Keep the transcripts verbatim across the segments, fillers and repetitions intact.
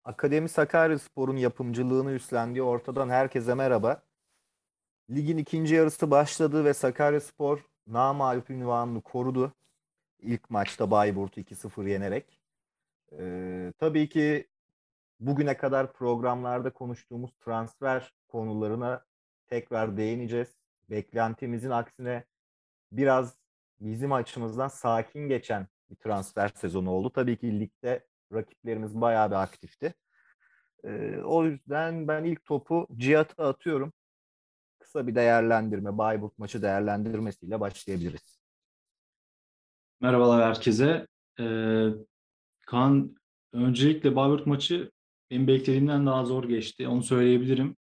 Akademi Sakaryaspor'un yapımcılığını üstlendiği ortadan herkese merhaba. Ligin ikinci yarısı başladı ve Sakaryaspor namağlup ünvanını korudu. İlk maçta Bayburt'u iki sıfır yenerek. Ee, tabii ki bugüne kadar programlarda konuştuğumuz transfer konularına tekrar değineceğiz. Beklentimizin aksine biraz bizim açımızdan sakin geçen bir transfer sezonu oldu. Tabii ki ligde rakiplerimiz bayağı bir aktifti. Ee, o yüzden ben ilk topu Cihat'a atıyorum. Kısa bir değerlendirme, Bayburt maçı değerlendirmesiyle başlayabiliriz. Merhabalar herkese. Ee, Kaan, öncelikle Bayburt maçı benim beklediğimden daha zor geçti. Onu söyleyebilirim.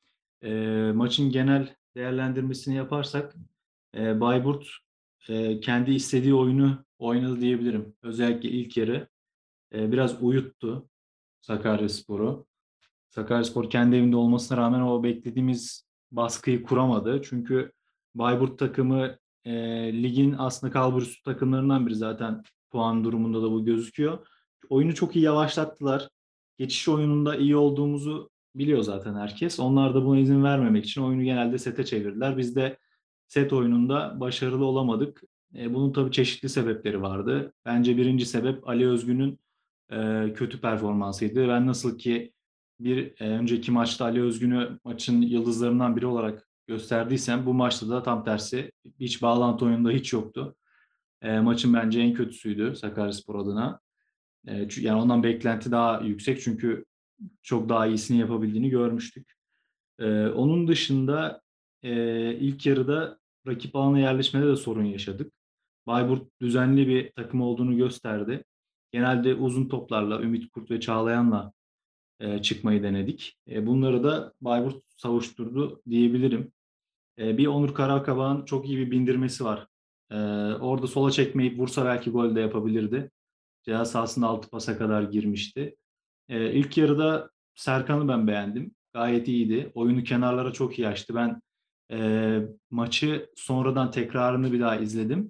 Ee, maçın genel değerlendirmesini yaparsak e, Bayburt e, kendi istediği oyunu oynadı diyebilirim. Özellikle ilk yarı e, biraz uyuttu Sakaryaspor'u. Sakaryaspor kendi evinde olmasına rağmen o beklediğimiz baskıyı kuramadı. Çünkü Bayburt takımı e, ligin aslında kalburüstü takımlarından biri, zaten puan durumunda da bu gözüküyor. Oyunu çok iyi yavaşlattılar. Geçiş oyununda iyi olduğumuzu biliyor zaten herkes. Onlar da buna izin vermemek için oyunu genelde sete çevirdiler. Biz de set oyununda başarılı olamadık. E, bunun tabii çeşitli sebepleri vardı. Bence birinci sebep Ali Özgün'ün e, kötü performansıydı. Ben nasıl ki bir e, önceki maçta Ali Özgün'ü maçın yıldızlarından biri olarak gösterdiysem, bu maçta da tam tersi, hiç bağlantı oyununda hiç yoktu. E, maçın bence en kötüsüydü Sakaryaspor adına. E, çü- yani ondan beklenti daha yüksek, çünkü çok daha iyisini yapabildiğini görmüştük. E, onun dışında e, ilk yarıda rakip alana yerleşmede de sorun yaşadık. Bayburt düzenli bir takım olduğunu gösterdi. Genelde uzun toplarla Ümit Kurt ve Çağlayan'la e, çıkmayı denedik. E, bunları da Bayburt savuşturdu diyebilirim. E, bir Onur Karakabak'ın çok iyi bir bindirmesi var. E, orada sola çekmeyip vursa belki gol de yapabilirdi. Ceza sahasında altı pasa kadar girmişti. E, ilk yarıda Serkan'ı ben beğendim. Gayet iyiydi. Oyunu kenarlara çok iyi açtı. Ben e, maçı sonradan tekrarını bir daha izledim.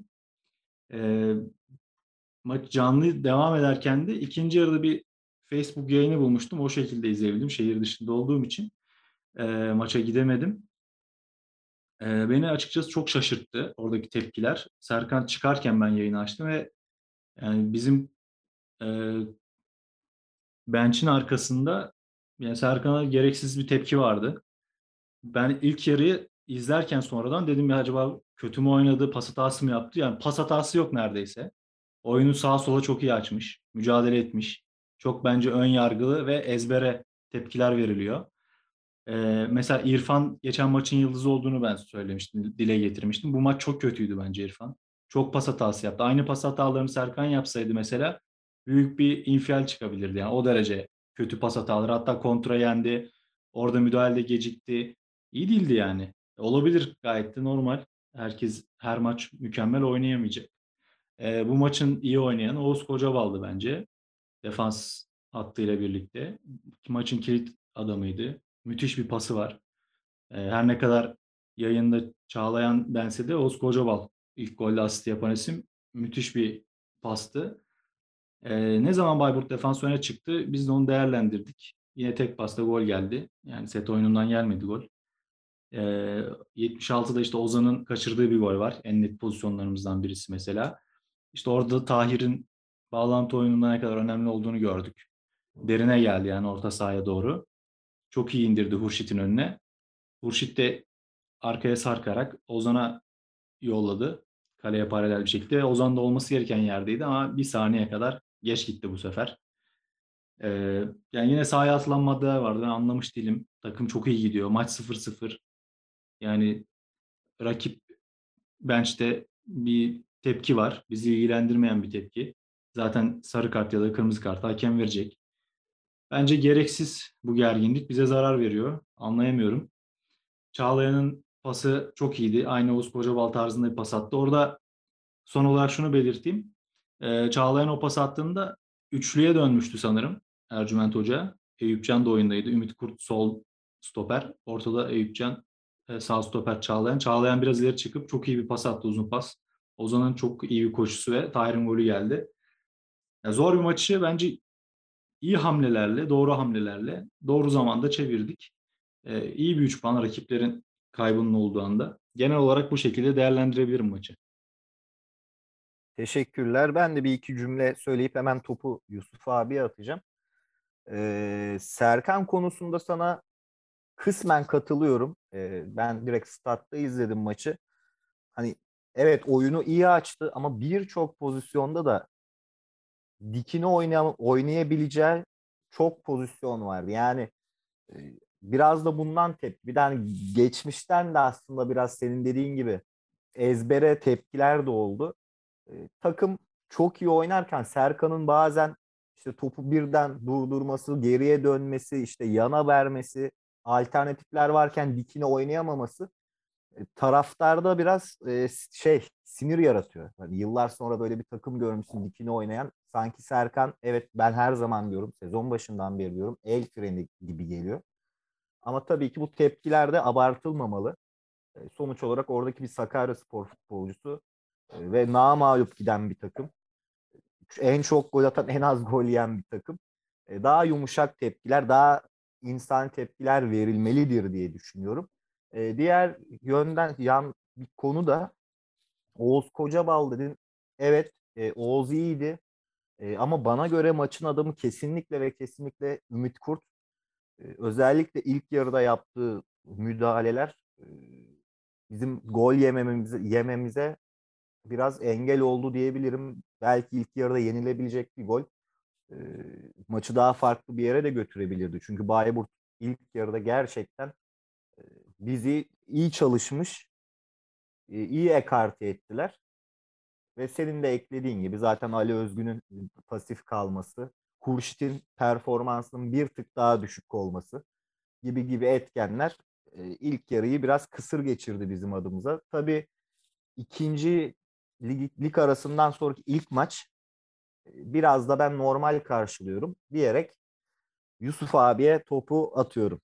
E, Maç canlı devam ederken de ikinci yarıda bir Facebook yayını bulmuştum. O şekilde izleyebildim. Şehir dışında olduğum için e, maça gidemedim. E, beni açıkçası çok şaşırttı oradaki tepkiler. Serkan çıkarken ben yayını açtım ve yani bizim e, bench'in arkasında, yani Serkan'a gereksiz bir tepki vardı. Ben ilk yarıyı izlerken sonradan dedim ya, acaba kötü mü oynadı, pas hatası mı yaptı? Yani pas hatası yok neredeyse. Oyunu sağa sola çok iyi açmış, mücadele etmiş. Çok bence ön yargılı ve ezbere tepkiler veriliyor. Ee, mesela İrfan geçen maçın yıldızı olduğunu ben söylemiştim, dile getirmiştim. Bu maç çok kötüydü bence İrfan. Çok pas hatası yaptı. Aynı pas hatalarını Serkan yapsaydı mesela büyük bir infial çıkabilirdi. Yani o derece kötü pas hataları. Hatta kontra yendi. Orada müdahalede gecikti. İyi değildi yani. Olabilir, gayet de normal. Herkes her maç mükemmel oynayamayacak. Ee, bu maçın iyi oynayan Oğuz Kocabal'dı bence. Defans hattıyla birlikte. Maçın kilit adamıydı. Müthiş bir pası var. Ee, her ne kadar yayında Çağlayan dense de Oğuz Kocabal ilk golde asist yapan isim. Müthiş bir pastı. Ee, ne zaman Bayburt defans öne çıktı, biz de onu değerlendirdik. Yine tek pasta gol geldi. Yani set oyunundan gelmedi gol. Ee, yetmiş altıda işte Ozan'ın kaçırdığı bir gol var. En net pozisyonlarımızdan birisi mesela. İşte orada Tahir'in bağlantı oyununda ne kadar önemli olduğunu gördük. Derine geldi yani orta sahaya doğru. Çok iyi indirdi Hurşit'in önüne. Hurşit de arkaya sarkarak Ozan'a yolladı. Kaleye paralel bir şekilde. Ozan da olması gereken yerdeydi ama bir saniye kadar geç gitti bu sefer. Ee, Yani yine sahaya atılan maddeler vardı. Ben anlamış değilim. Takım çok iyi gidiyor. Maç sıfır sıfır. Yani rakip bench'te bir tepki var. Bizi ilgilendirmeyen bir tepki. Zaten sarı kart ya da kırmızı kart hakem verecek. Bence gereksiz bu gerginlik. Bize zarar veriyor. Anlayamıyorum. Çağlayan'ın pası çok iyiydi. Aynı Oğuz Kocabal tarzında bir pas attı. Orada son olarak şunu belirteyim. Ee, Çağlayan o pas attığında üçlüye dönmüştü sanırım Ercüment Hoca. Eyüpcan da oyundaydı. Ümit Kurt sol stoper. Ortada Eyüpcan, e, sağ stoper Çağlayan. Çağlayan biraz ileri çıkıp çok iyi bir pas attı, uzun pas. Ozan'ın çok iyi bir koşusu ve Tahir'in golü geldi. Ya zor bir maçı bence iyi hamlelerle, doğru hamlelerle doğru zamanda çevirdik. Ee, iyi bir üç puan rakiplerin kaybının olduğu anda. Genel olarak bu şekilde değerlendirebilirim maçı. Teşekkürler. Ben de bir iki cümle söyleyip hemen topu Yusuf abiye atacağım. Ee, Serkan konusunda sana kısmen katılıyorum. Ee, ben direkt statta izledim maçı. Hani evet, oyunu iyi açtı ama birçok pozisyonda da dikine oynay oynayabileceği çok pozisyon vardı. Yani e, biraz da bundan tepki. Bir de hani geçmişten de aslında biraz senin dediğin gibi ezbere tepkiler de oldu. E, takım çok iyi oynarken Serkan'ın bazen işte topu birden durdurması, geriye dönmesi, işte yana vermesi, alternatifler varken dikine oynayamaması e, taraftarda biraz e, şey sinir yaratıyor. Hani yıllar sonra böyle bir takım görmüşsün dikine oynayan. Sanki Serkan, evet ben her zaman diyorum, sezon başından beri diyorum, el freni gibi geliyor. Ama tabii ki bu tepkiler de abartılmamalı. E, sonuç olarak oradaki bir Sakaryaspor futbolcusu e, ve namağlup giden bir takım. En çok gol atan, en az gol yiyen bir takım. E, daha yumuşak tepkiler, daha insan tepkiler verilmelidir diye düşünüyorum. E, diğer yönden yan bir konu da Oğuz Kocabal dedin. Evet, e, Oğuz iyiydi. E, ama bana göre maçın adamı kesinlikle ve kesinlikle Ümit Kurt. E, özellikle ilk yarıda yaptığı müdahaleler e, bizim gol yememize, yememize biraz engel oldu diyebilirim. Belki ilk yarıda yenilebilecek bir gol e, maçı daha farklı bir yere de götürebilirdi. Çünkü Bayburt ilk yarıda gerçekten e, bizi iyi çalışmış, e, iyi ekarte ettiler. Ve senin de eklediğin gibi zaten Ali Özgün'ün pasif kalması, Hurşit'in performansının bir tık daha düşük olması gibi gibi etkenler e, ilk yarıyı biraz kısır geçirdi bizim adımıza. Tabii ikinci lig, lig arasından sonraki ilk maç e, biraz da ben normal karşılıyorum diyerek Yusuf abiye topu atıyorum.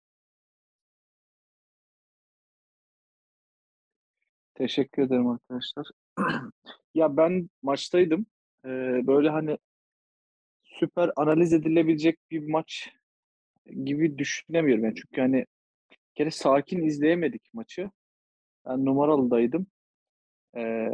Teşekkür ederim arkadaşlar. Ya ben maçtaydım. Ee, böyle hani süper analiz edilebilecek bir maç gibi düşünemiyorum. Yani çünkü hani bir kere sakin izleyemedik maçı. Ben numaralıdaydım. Ee,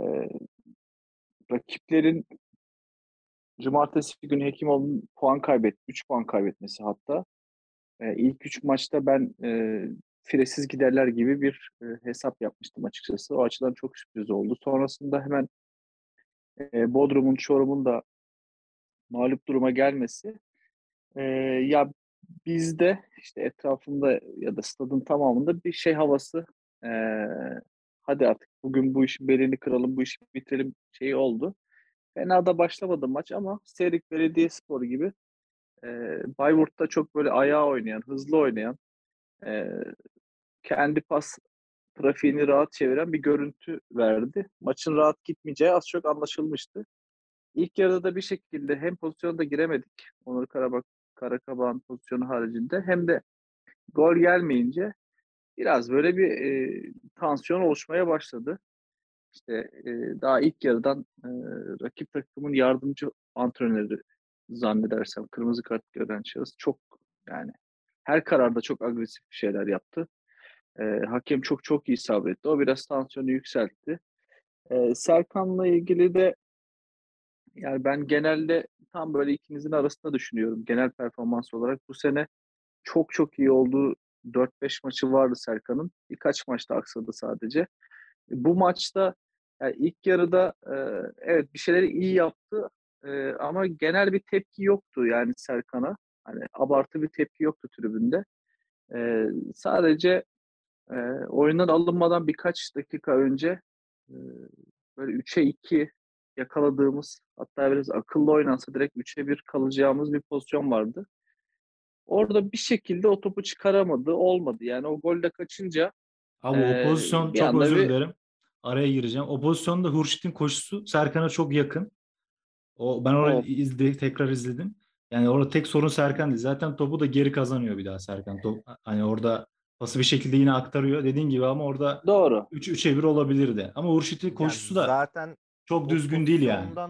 Rakiplerin cumartesi günü Hekimoğlu'nun puan kaybet, üç puan kaybetmesi hatta. Ee, ilk üç maçta ben e, firesiz giderler gibi bir e, hesap yapmıştım açıkçası. O açıdan çok sürpriz oldu. Sonrasında hemen e, Bodrum'un, Çorum'un da mağlup duruma gelmesi. Ee, Ya bizde işte etrafında ya da stadın tamamında bir şey havası, ee, hadi artık bugün bu işin belini kıralım, bu işi bitirelim şeyi oldu. Fena da başlamadı maç ama Serik Belediyesporu gibi ee, Bayburt'ta çok böyle ayağa oynayan, hızlı oynayan, ee, kendi pas trafiğini rahat çeviren bir görüntü verdi. Maçın rahat gitmeyeceği az çok anlaşılmıştı. İlk yarıda da bir şekilde hem pozisyona da giremedik. Onur Karabak, Karakabağ'ın pozisyonu haricinde hem de gol gelmeyince biraz böyle bir e, tansiyon oluşmaya başladı. İşte e, daha ilk yarıdan e, rakip takımın yardımcı antrenörü zannedersem kırmızı kart gören şahıs çok yani her kararda çok agresif bir şeyler yaptı. E, hakem çok çok iyi sabretti. O biraz tansiyonu yükseltti. E, Serkan'la ilgili de yani ben genelde tam böyle ikimizin arasında düşünüyorum. Genel performans olarak bu sene çok çok iyi olduğu dört beş maçı vardı Serkan'ın. Birkaç maçta aksadı sadece. Bu maçta yani ilk yarıda e, evet bir şeyleri iyi yaptı e, ama genel bir tepki yoktu yani Serkan'a. Hani abartı bir tepki yoktu tribünde. E, sadece e, oyundan alınmadan birkaç dakika önce e, böyle üçe iki yakaladığımız hatta biraz akıllı oynansa direkt üçe bir kalacağımız bir pozisyon vardı. Orada bir şekilde o topu çıkaramadı, olmadı. Yani o golde kaçınca e, Abi o pozisyon, bir çok anda özür bir dilerim. Araya gireceğim. O pozisyonda Hurşit'in koşusu Serkan'a çok yakın. O, ben orayı evet, izle, tekrar izledim. Yani orada tek sorun Serkan değil. Zaten topu da geri kazanıyor bir daha Serkan. Top, hani orada pası bir şekilde yine aktarıyor. Dediğin gibi ama orada doğru. üç üçe bir olabilirdi. Ama Hurşit'in Yani koşusu da zaten çok o düzgün değil yani. pozisyondan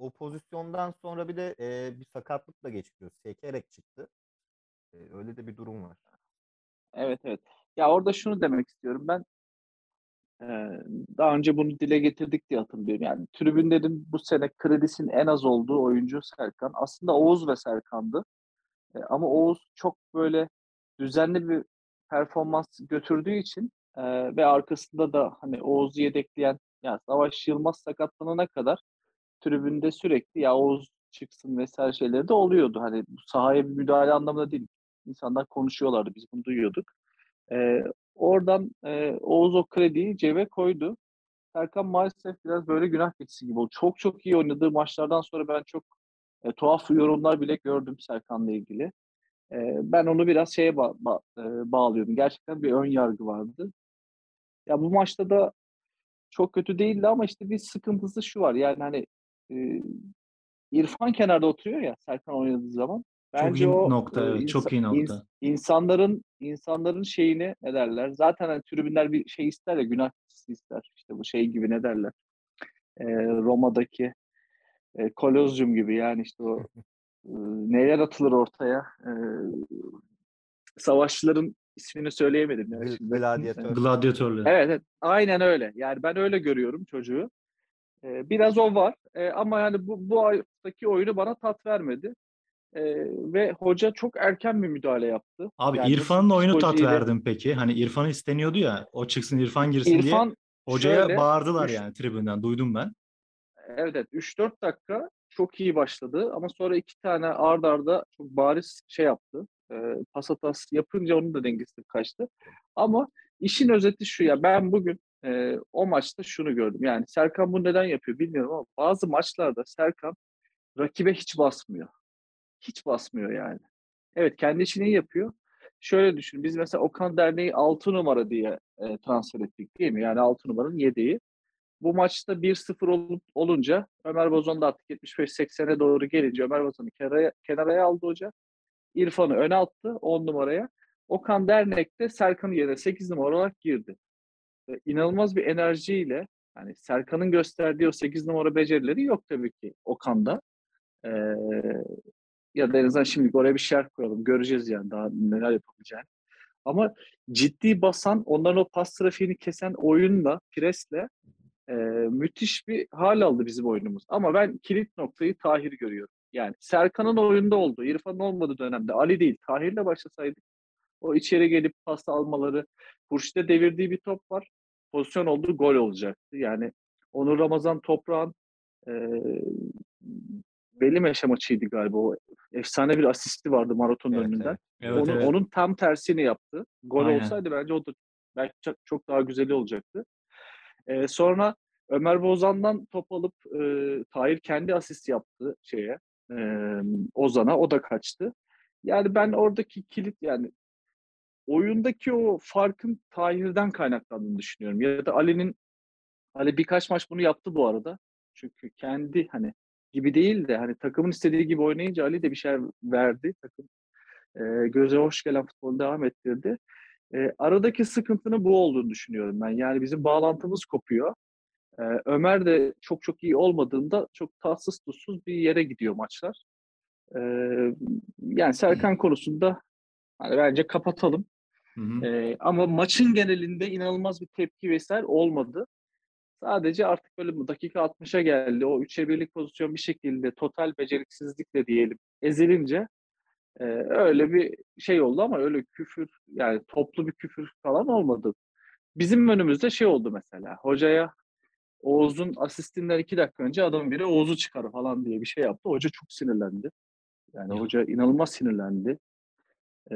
o pozisyondan sonra bir de e, bir sakatlıkla geçiriyor. Sekerek çıktı. E, öyle de bir durum var. Evet, evet. Ya orada şunu demek istiyorum ben. Ee, Daha önce bunu dile getirdik diye hatırlıyorum. Yani tribünlerin bu sene kredisinin en az olduğu oyuncu Serkan. Aslında Oğuz ve Serkan'dı. E, ama Oğuz çok böyle düzenli bir performans götürdüğü için e, ve arkasında da hani Oğuz'u yedekleyen, yani Savaş Yılmaz sakatlanana kadar tribünde sürekli ya Oğuz çıksın vesaire şeyleri de oluyordu. Hani bu sahaya bir müdahale anlamında değil. İnsanlar konuşuyorlardı. Biz bunu duyuyorduk. E, Oradan e, Oğuz o krediyi cebe koydu. Serkan maalesef biraz böyle günah keçisi gibi oldu. Çok çok iyi oynadığı maçlardan sonra ben çok e, tuhaf yorumlar bile gördüm Serkan'la ilgili. E, ben onu biraz şeye ba- ba- e, bağlıyordum. Gerçekten bir ön yargı vardı. Ya bu maçta da çok kötü değildi ama işte bir sıkıntısı şu var. Yani hani e, İrfan kenarda oturuyor ya Serkan oynadığı zaman. Çok Bence iyi o e, nokta, evet, çok insa- iyi ins- nokta. insanların insanların şeyini ne derler? Zaten hani tribünler bir şey ister ya, günah keçisi ister. İşte bu şey gibi ne derler? E, Roma'daki e, Kolozyum gibi, yani işte o e, neler atılır ortaya. E, savaşçıların ismini söyleyemedim ya Gl- şimdi. Gladyatör. Gladyatörler. Evet, evet, aynen öyle. Yani ben öyle görüyorum çocuğu. E, biraz o var. E, ama yani bu, bu aydaki oyunu bana tat vermedi. E, Ve hoca çok erken bir müdahale yaptı. Abi Yani nasıl İrfan'ın oyunu tat psikolojiyle. verdim peki. Hani İrfan isteniyordu ya. O çıksın İrfan girsin diye İrfan hocaya şöyle bağırdılar üç, yani tribünden. Duydum ben. evet, evet, üç dört dakika çok iyi başladı ama sonra iki tane ard arda çok bariz şey yaptı. E, pas hatası yapınca onun da dengesi kaçtı. Ama işin özeti şu: ya ben bugün e, o maçta şunu gördüm. Yani Serkan bunu neden yapıyor bilmiyorum ama bazı maçlarda Serkan rakibe hiç basmıyor. Hiç basmıyor yani. Evet, kendi işini iyi yapıyor. Şöyle düşün. Biz mesela Okan Derneği altı numara diye e, transfer ettik değil mi? Yani altı numaranın yedeği. Bu maçta bir sıfır olup, olunca Ömer Bozon da artık yetmiş beş seksene doğru gelince Ömer Bozon'u kenara, kenaraya aldı hoca. İrfan'ı öne attı on numaraya. Okan Dernek de Serkan'ın yerine sekiz numara olarak girdi. Ve inanılmaz bir enerjiyle, yani Serkan'ın gösterdiği o sekiz numara becerileri yok tabii ki Okan'da. Ee, Ya da en azından şimdi oraya bir şerh koyalım. Göreceğiz yani daha neler yapabileceğini. Ama ciddi basan, onların o pas trafiğini kesen oyunla, presle e, müthiş bir hal aldı bizim oyunumuz. Ama ben kilit noktayı Tahir görüyorum. Yani Serkan'ın oyunda olduğu, İrfan'ın olmadığı dönemde Ali değil, Tahir'le başlasaydık o içeri gelip pas almaları, Hurşit'e devirdiği bir top var. Pozisyon olduğu gol olacaktı. Yani Onur Ramazan Toprağ'ın e, Velimeşe maçıydı galiba. O efsane bir asisti vardı maratonun Evet, önünden. evet. Evet, Onu, evet. onun tam tersini yaptı. Gol Aynen. olsaydı bence o da belki çok, çok daha güzeli olacaktı. Ee, sonra Ömer Bozan'dan top alıp e, Tahir kendi asist yaptı şeye, e, Ozan'a. O da kaçtı. Yani ben oradaki kilit, yani oyundaki o farkın Tahir'den kaynaklandığını düşünüyorum. Ya da Ali'nin Ali birkaç maç bunu yaptı bu arada. Çünkü kendi hani gibi değil de hani takımın istediği gibi oynayınca Ali de bir şey verdi. Takım e, göze hoş gelen futbolu devam ettirdi. E, aradaki sıkıntının bu olduğunu düşünüyorum ben. Yani bizim bağlantımız kopuyor. E, Ömer de çok çok iyi olmadığında çok tatsız tuzsuz bir yere gidiyor maçlar. E, Yani Serkan konusunda hani bence kapatalım. Hı hı. E, ama maçın genelinde inanılmaz bir tepki vesaire olmadı. Sadece artık böyle dakika altmışa geldi. O üçe birlik pozisyon bir şekilde total beceriksizlikle diyelim ezilince e, öyle bir şey oldu ama öyle küfür, yani toplu bir küfür falan olmadı. Bizim önümüzde şey oldu mesela. Hocaya Oğuz'un asistinden iki dakika önce adamın biri Oğuz'u çıkar falan diye bir şey yaptı. Hoca çok sinirlendi. Yani Ya, hoca inanılmaz sinirlendi. Ee,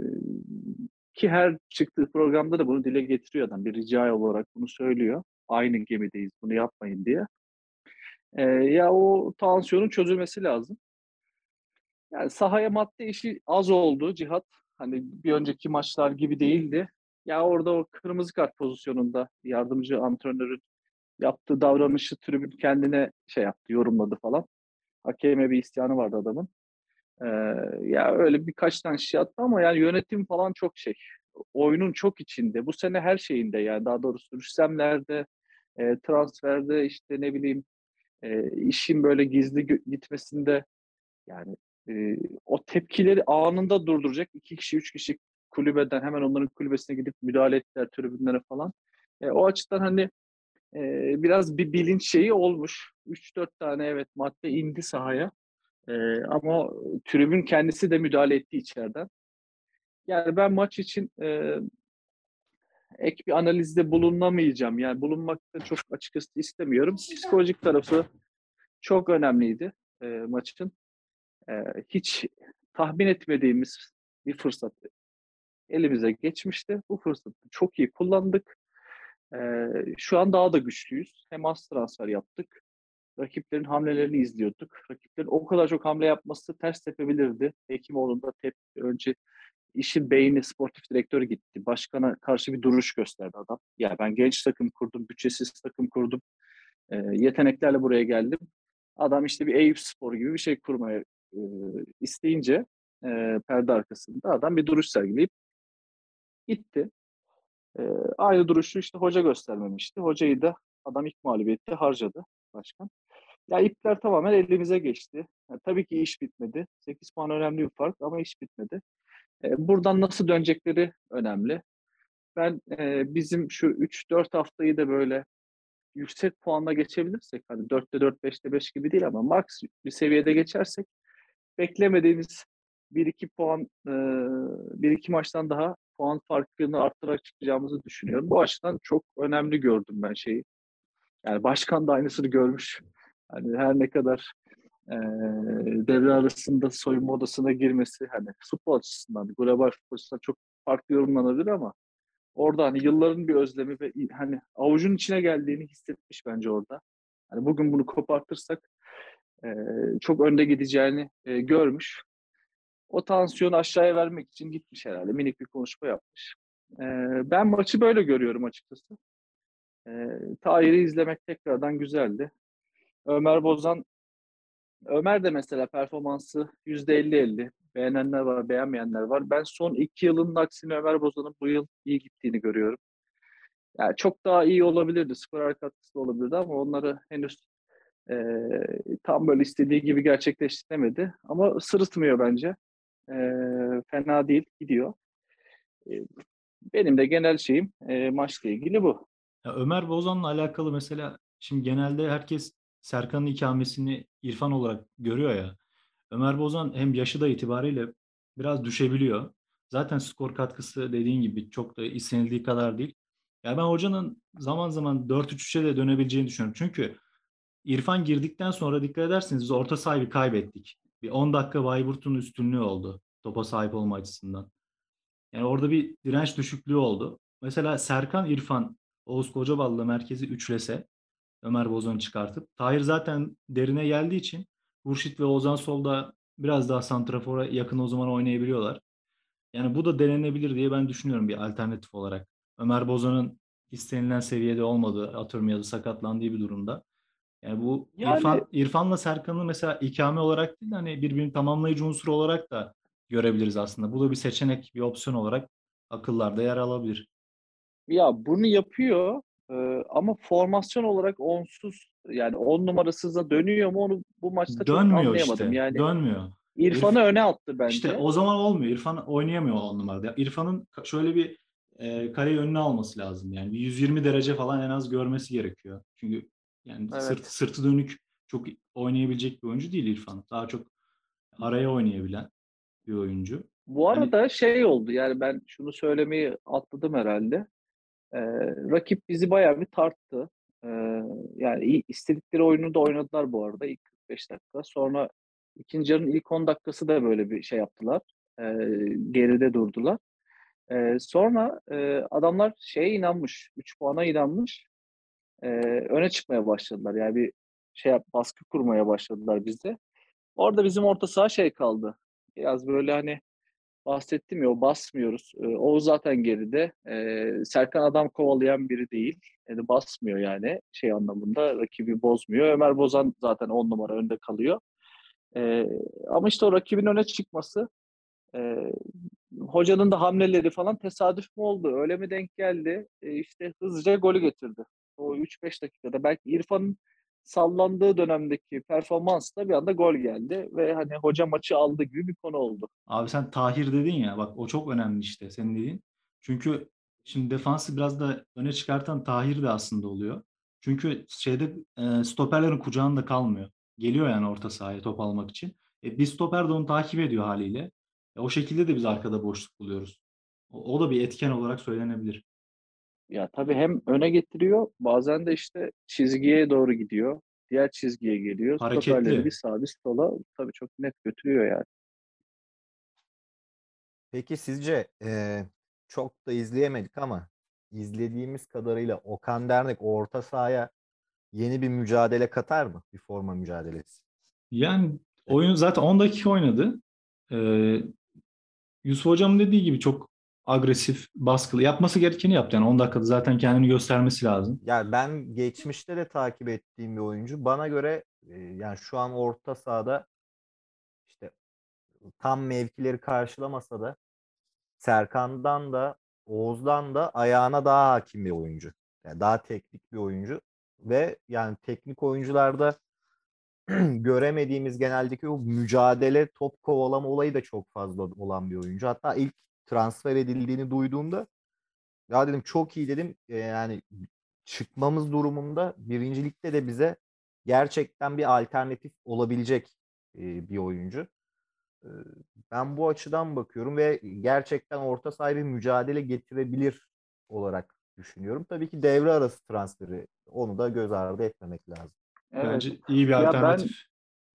Ki her çıktığı programda da bunu dile getiriyor adam. Bir rica olarak bunu söylüyor. Aynı gemideyiz, bunu yapmayın diye. Ee, ya o tansiyonun çözülmesi lazım. Yani sahaya madde işi az oldu Cihat. Hani bir önceki maçlar gibi değildi. Ya orada o kırmızı kart pozisyonunda yardımcı antrenörün yaptığı davranışı tribün kendine şey yaptı, yorumladı falan. Hakeme bir isyanı vardı adamın. Ee, Ya öyle birkaç tane şey attı ama yani yönetim falan çok şey. Oyunun çok içinde. Bu sene her şeyinde, yani daha doğrusu Rüstemler'de, e, transferde, işte ne bileyim, e, işin böyle gizli gö- gitmesinde yani e, o tepkileri anında durduracak iki kişi, üç kişi kulübeden hemen onların kulübesine gidip müdahale ettiler tribünlere falan. E, o açıdan hani e, biraz bir bilinç şeyi olmuş. Üç dört tane evet madde indi sahaya. E, ama tribün kendisi de müdahale etti içeriden. Yani ben maç için e, ek bir analizde bulunamayacağım. Yani bulunmak da çok açıkçası istemiyorum. Psikolojik tarafı çok önemliydi e, maçın. E, hiç tahmin etmediğimiz bir fırsat elimize geçmişti. Bu fırsatı çok iyi kullandık. E, şu an daha da güçlüyüz. Hem az transfer yaptık. Rakiplerin hamlelerini izliyorduk. Rakiplerin o kadar çok hamle yapması ters tepebilirdi. Hekimoğlu'nda tepki önce işin beyni sportif direktörü gitti. Başkana karşı bir duruş gösterdi adam. Ya ben genç takım kurdum, bütçesiz takım kurdum. E, yeteneklerle buraya geldim. Adam işte bir Eyüpspor gibi bir şey kurmaya e, isteyince e, perde arkasında adam bir duruş sergileyip gitti. E, aynı duruşu işte hoca göstermemişti. Hocayı da adam ilk mağlubiyette harcadı başkan. Ya ipler tamamen elimize geçti. Ya, tabii ki iş bitmedi. sekiz puan önemli bir fark ama iş bitmedi. E, buradan nasıl dönecekleri önemli. Ben e, bizim şu üç dört haftayı da böyle yüksek puanla geçebilirsek, hani dörtte dört, beşte beş gibi değil ama max bir seviyede geçersek beklemediğimiz bir iki puan, e, bir iki maçtan daha puan farkını arttırarak çıkacağımızı düşünüyorum. Bu açıdan çok önemli gördüm ben şeyi. Yani başkan da aynısını görmüş. Hani her ne kadar e, devre arasında soyunma odasına girmesi hani futbol açısından, global futbol açısından çok farklı yorumlanabilir ama orada hani yılların bir özlemi ve hani avucun içine geldiğini hissetmiş bence orada. Hani bugün bunu kopartırsak e, çok önde gideceğini e, görmüş. O tansiyonu aşağıya vermek için gitmiş herhalde. Minik bir konuşma yapmış. E, ben maçı böyle görüyorum açıkçası. E, Tahir'i izlemek tekrardan güzeldi. Ömer Bozan, Ömer de mesela performansı yüzde elli elli. Beğenenler var, beğenmeyenler var. Ben son iki yılın aksine Ömer Bozan'ın bu yıl iyi gittiğini görüyorum. Yani çok daha iyi olabilirdi. Skorer katkısı da olabilirdi ama onları henüz e, tam böyle istediği gibi gerçekleştiremedi. Ama sırıtmıyor bence. E, fena değil, gidiyor. E, benim de genel şeyim e, maçla ilgili bu. Ya Ömer Bozan'la alakalı mesela şimdi genelde herkes Serkan'ın ikamesini İrfan olarak görüyor ya. Ömer Bozan hem yaşı da itibariyle biraz düşebiliyor. Zaten skor katkısı dediğin gibi çok da istenildiği kadar değil. Ya ben hocanın zaman zaman dört üç üçe de dönebileceğini düşünüyorum. Çünkü İrfan girdikten sonra dikkat ederseniz biz orta sahayı kaybettik. Bir on dakika Bayburt'un üstünlüğü oldu topa sahip olma açısından. Yani orada bir direnç düşüklüğü oldu. Mesela Serkan, İrfan, Oğuz Kocabal'la merkezi üçlese Ömer Bozan'ı çıkartıp Tahir zaten derine geldiği için Hurşit ve Ozan solda biraz daha santrafora yakın o zaman oynayabiliyorlar. Yani bu da denenebilir diye ben düşünüyorum bir alternatif olarak. Ömer Bozan'ın istenilen seviyede olmadığı, atıyorum ya da sakatlandığı bir durumda. Yani bu Yani İrfan İrfan'la Serkan'ı mesela ikame olarak değil de hani birbirini tamamlayıcı unsur olarak da görebiliriz aslında. Bu da bir seçenek, bir opsiyon olarak akıllarda yer alabilir. ya bunu yapıyor e, ama formasyon olarak onsuz yani on numarasız da dönüyor mu onu bu maçta çok Dönmüyor anlayamadım. işte. Yani Dönmüyor. İrf İrfan'ı öne attı işte bence. o zaman olmuyor. İrfan oynayamıyor on numarada. İrfan'ın ka- şöyle bir e, kareyi önüne alması lazım. Yani bir yüz yirmi derece falan en az görmesi gerekiyor. Çünkü yani sırt, Evet. sırtı dönük çok oynayabilecek bir oyuncu değil İrfan. Daha çok araya oynayabilen bir oyuncu. Bu Hani arada şey oldu yani ben şunu söylemeyi atladım herhalde. Ee, rakip bizi bayağı bir tarttı. Ee, yani iyi, istedikleri oyunu da oynadılar bu arada ilk kırk beş dakika. Sonra ikinci yarının ilk on dakikası da böyle bir şey yaptılar. Ee, geride durdular. Ee, sonra e, adamlar şeye inanmış. üç puana inanmış. Ee, öne çıkmaya başladılar. Yani bir şey yap, baskı kurmaya başladılar bizde. Orada bizim orta saha şey kaldı. Biraz böyle hani bahsettim ya o basmıyoruz. Ee, o zaten geride. Ee, Serkan adam kovalayan biri değil. Yani basmıyor yani şey anlamında rakibi bozmuyor. Ömer Bozan zaten on numara önde kalıyor. Ee, ama işte o rakibin öne çıkması e, hocanın da hamleleri falan tesadüf mü oldu? Öyle mi denk geldi? E, işte hızlıca golü getirdi. O üç beş dakikada belki İrfan'ın sallandığı dönemdeki performansla bir anda gol geldi ve hani hoca maçı aldı gibi bir konu oldu. Abi sen Tahir dedin ya, bak o çok önemli işte senin dediğin. Çünkü şimdi defansı biraz da öne çıkartan Tahir de aslında oluyor. Çünkü şeyde e, stoperlerin kucağında kalmıyor. Geliyor yani orta sahaya top almak için. E, bir stoper de onu takip ediyor haliyle. E, o şekilde de biz arkada boşluk buluyoruz. O, o da bir etken olarak söylenebilir. Ya tabii hem öne getiriyor, bazen de işte çizgiye doğru gidiyor. Diğer çizgiye geliyor. Stoperleri bir Hareketli. sağa bir sola tabii çok net götürüyor yani. Peki sizce e, çok da izleyemedik ama izlediğimiz kadarıyla Okan Dernek orta sahaya yeni bir mücadele katar mı? Bir forma mücadelesi. Yani oyun zaten on dakika oynadı. Ee, Yusuf Hocam'ın dediği gibi çok agresif, baskılı. Yapması gerekeni yaptı. Yani on dakikada zaten kendini göstermesi lazım. Yani ben geçmişte de takip ettiğim bir oyuncu. Bana göre e, yani şu an orta sahada işte tam mevkileri karşılamasa da Serkan'dan da Oğuz'dan da ayağına daha hakim bir oyuncu. Yani daha teknik bir oyuncu ve yani teknik oyuncularda göremediğimiz geneldeki o mücadele, top kovalama olayı da çok fazla olan bir oyuncu. Hatta ilk transfer edildiğini duyduğumda ya dedim çok iyi dedim. E, yani çıkmamız durumunda birincilikte de bize gerçekten bir alternatif olabilecek e, bir oyuncu. E, Ben bu açıdan bakıyorum ve gerçekten orta sahaya bir mücadele getirebilir olarak düşünüyorum. Tabii ki devre arası transferi onu da göz ardı etmemek lazım. Evet. Bence iyi bir Ya ben alternatif.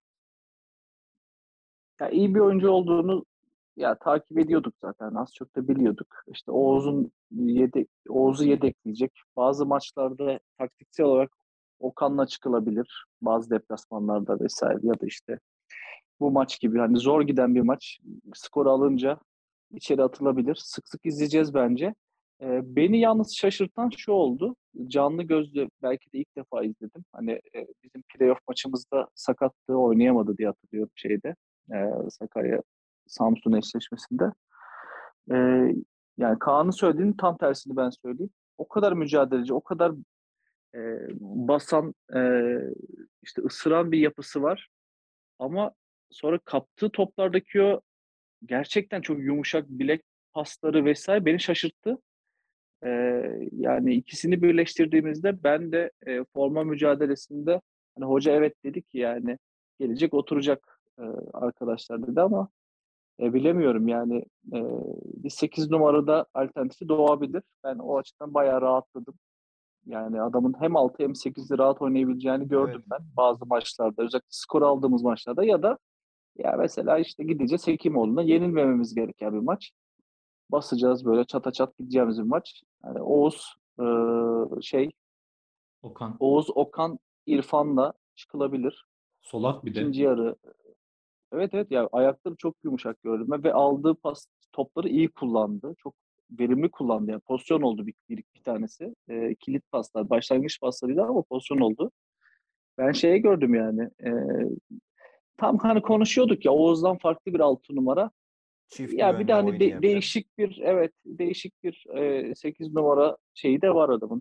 ya iyi bir oyuncu olduğunu ya takip ediyorduk zaten. Az çok da biliyorduk. İşte Oğuz'un yedek Oğuz'u yedekleyecek. Bazı maçlarda taktiksel olarak Okan'la çıkılabilir. Bazı deplasmanlarda vesaire ya da işte bu maç gibi hani zor giden bir maç skoru alınca içeri atılabilir. Sık sık izleyeceğiz bence. Ee, beni yalnız şaşırtan şu oldu. Canlı gözle belki de ilk defa izledim. Hani e, bizim playoff maçımızda sakattı, oynayamadı diye hatırlıyorum şeyde. E, Sakarya Samsun eşleşmesinde. E, Yani Kaan'ın söylediğinin tam tersini ben söyleyeyim. O kadar mücadeleci, o kadar e, basan, e, işte ısıran bir yapısı var. Ama sonra kaptığı toplardaki o gerçekten çok yumuşak bilek pasları vesaire beni şaşırttı. Ee, yani ikisini birleştirdiğimizde ben de e, forma mücadelesinde hani hoca evet dedi ki yani gelecek oturacak e, arkadaşlar dedi ama e, bilemiyorum yani e, bir sekiz numarada alternatifi doğabilir. Ben o açıdan bayağı rahatladım. Yani adamın hem altı hem sekizde rahat oynayabileceğini Evet. gördüm ben bazı maçlarda özellikle skor aldığımız maçlarda ya da ya mesela işte gideceğiz Hekimoğlu'na yenilmememiz gereken bir maç. Basacağız böyle çata çat gideceğimiz bir maç. Yani Oğuz e, şey Okan. Oğuz Okan İrfan'la çıkılabilir. Solak bir de. İkinci yarı evet evet ya ayakları çok yumuşak gördüm ve aldığı pas topları iyi kullandı. Çok verimli kullandı. Yani pozisyon oldu bir, bir iki tanesi. E, kilit paslar, başlangıç paslarıydı ama pozisyon oldu. Ben şeye gördüm yani. E, tam hani konuşuyorduk ya Oğuz'dan farklı bir altı numara. Çift Ya bir de yönlü hani de- oynayabilir. değişik bir evet değişik bir e, sekiz numara şeyi de var adamın.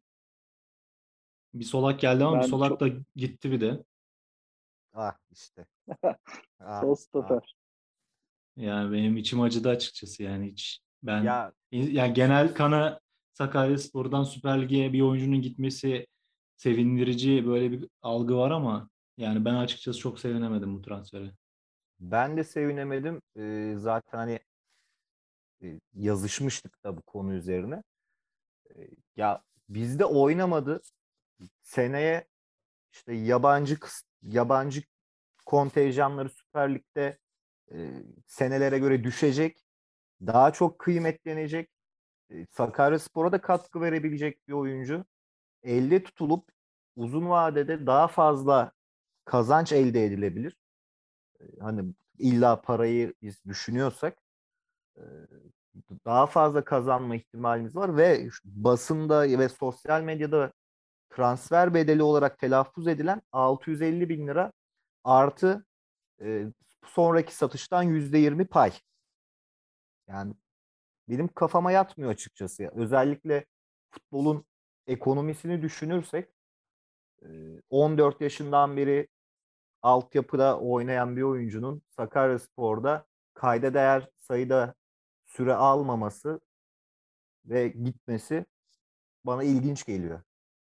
Bir solak geldi ama bir Ben solak çok da gitti bir de. Ah işte. Ah sol ah. stoper. Yani benim içim acıdı açıkçası, yani hiç ben Ya yani genel kana Sakaryaspor'dan Süper Lig'e bir oyuncunun gitmesi sevindirici, böyle bir algı var ama yani ben açıkçası çok sevinemedim bu transfere. ben de sevinemedim. Ee, zaten hani e, yazışmıştık da bu konu üzerine. Ee, ya bizde oynamadı. Seneye işte yabancı kıs- yabancı kontenjanları Süper Lig'de e, senelere göre düşecek. Daha çok kıymetlenecek. E, Sakaryaspor'a da katkı verebilecek bir oyuncu. Elde tutulup uzun vadede daha fazla kazanç elde edilebilir. E, Hani illa parayı biz düşünüyorsak e, daha fazla kazanma ihtimalimiz var ve basında ve sosyal medyada transfer bedeli olarak telaffuz edilen altı yüz elli bin lira artı e, sonraki satıştan yüzde yirmi pay. Yani benim kafama yatmıyor açıkçası. Özellikle futbolun ekonomisini düşünürsek E, on dört yaşından beri altyapıda oynayan bir oyuncunun Sakaryaspor'da kayda değer sayıda süre almaması ve gitmesi bana ilginç geliyor.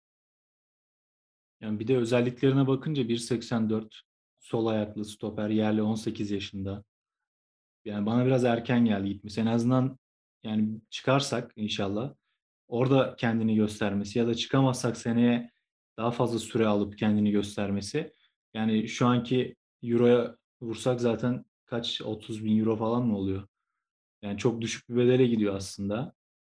Yani bir de özelliklerine bakınca bir seksen dört sol ayaklı stoper, yerli, on sekiz yaşında. Yani bana biraz erken geldi gitmesi. En azından yani çıkarsak inşallah orada kendini göstermesi ya da çıkamazsak seneye daha fazla süre alıp kendini göstermesi. Yani şu anki euroya vursak zaten kaç, otuz bin euro falan mı oluyor? Yani çok düşük bir bedele gidiyor aslında.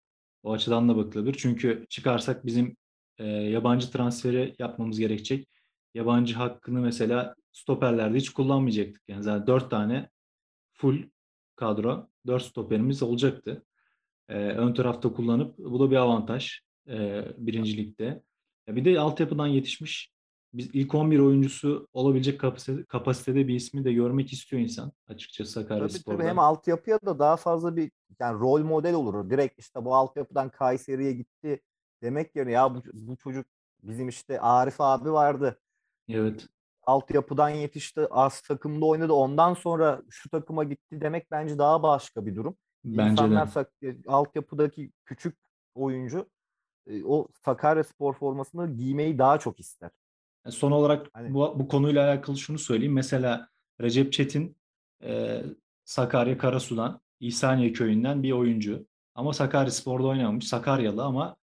O açıdan da bakılabilir. Çünkü çıkarsak bizim e, yabancı transferi yapmamız gerekecek. Yabancı hakkını mesela stoperlerde hiç kullanmayacaktık. Yani zaten dört tane full kadro, dört stoperimiz olacaktı. Ee, ön tarafta kullanıp bu da bir avantaj e, birinci ligde. Ya bir de altyapıdan yetişmiş biz ilk on bir oyuncusu olabilecek kapasite, kapasitede bir ismi de görmek istiyor insan açıkçası Tabii tabii, hem Sakaryaspor'da. altyapıya da daha fazla bir yani rol model olur. Direkt işte bu altyapıdan Kayseri'ye gitti demek yerine ya bu, bu çocuk bizim işte Arif abi vardı. Evet, Altyapıdan yetişti, az takımda oynadı. Ondan sonra şu takıma gitti demek bence daha başka bir durum. bence İnsanlar de. sak- altyapıdaki küçük oyuncu e, o Sakaryaspor formasını giymeyi daha çok ister. E, Son olarak Hani bu, bu konuyla alakalı şunu söyleyeyim. Mesela Recep Çetin e, Sakarya Karasu'dan, İhsaniye köyünden bir oyuncu. Ama Sakaryaspor'da oynamamış. Sakaryalı ama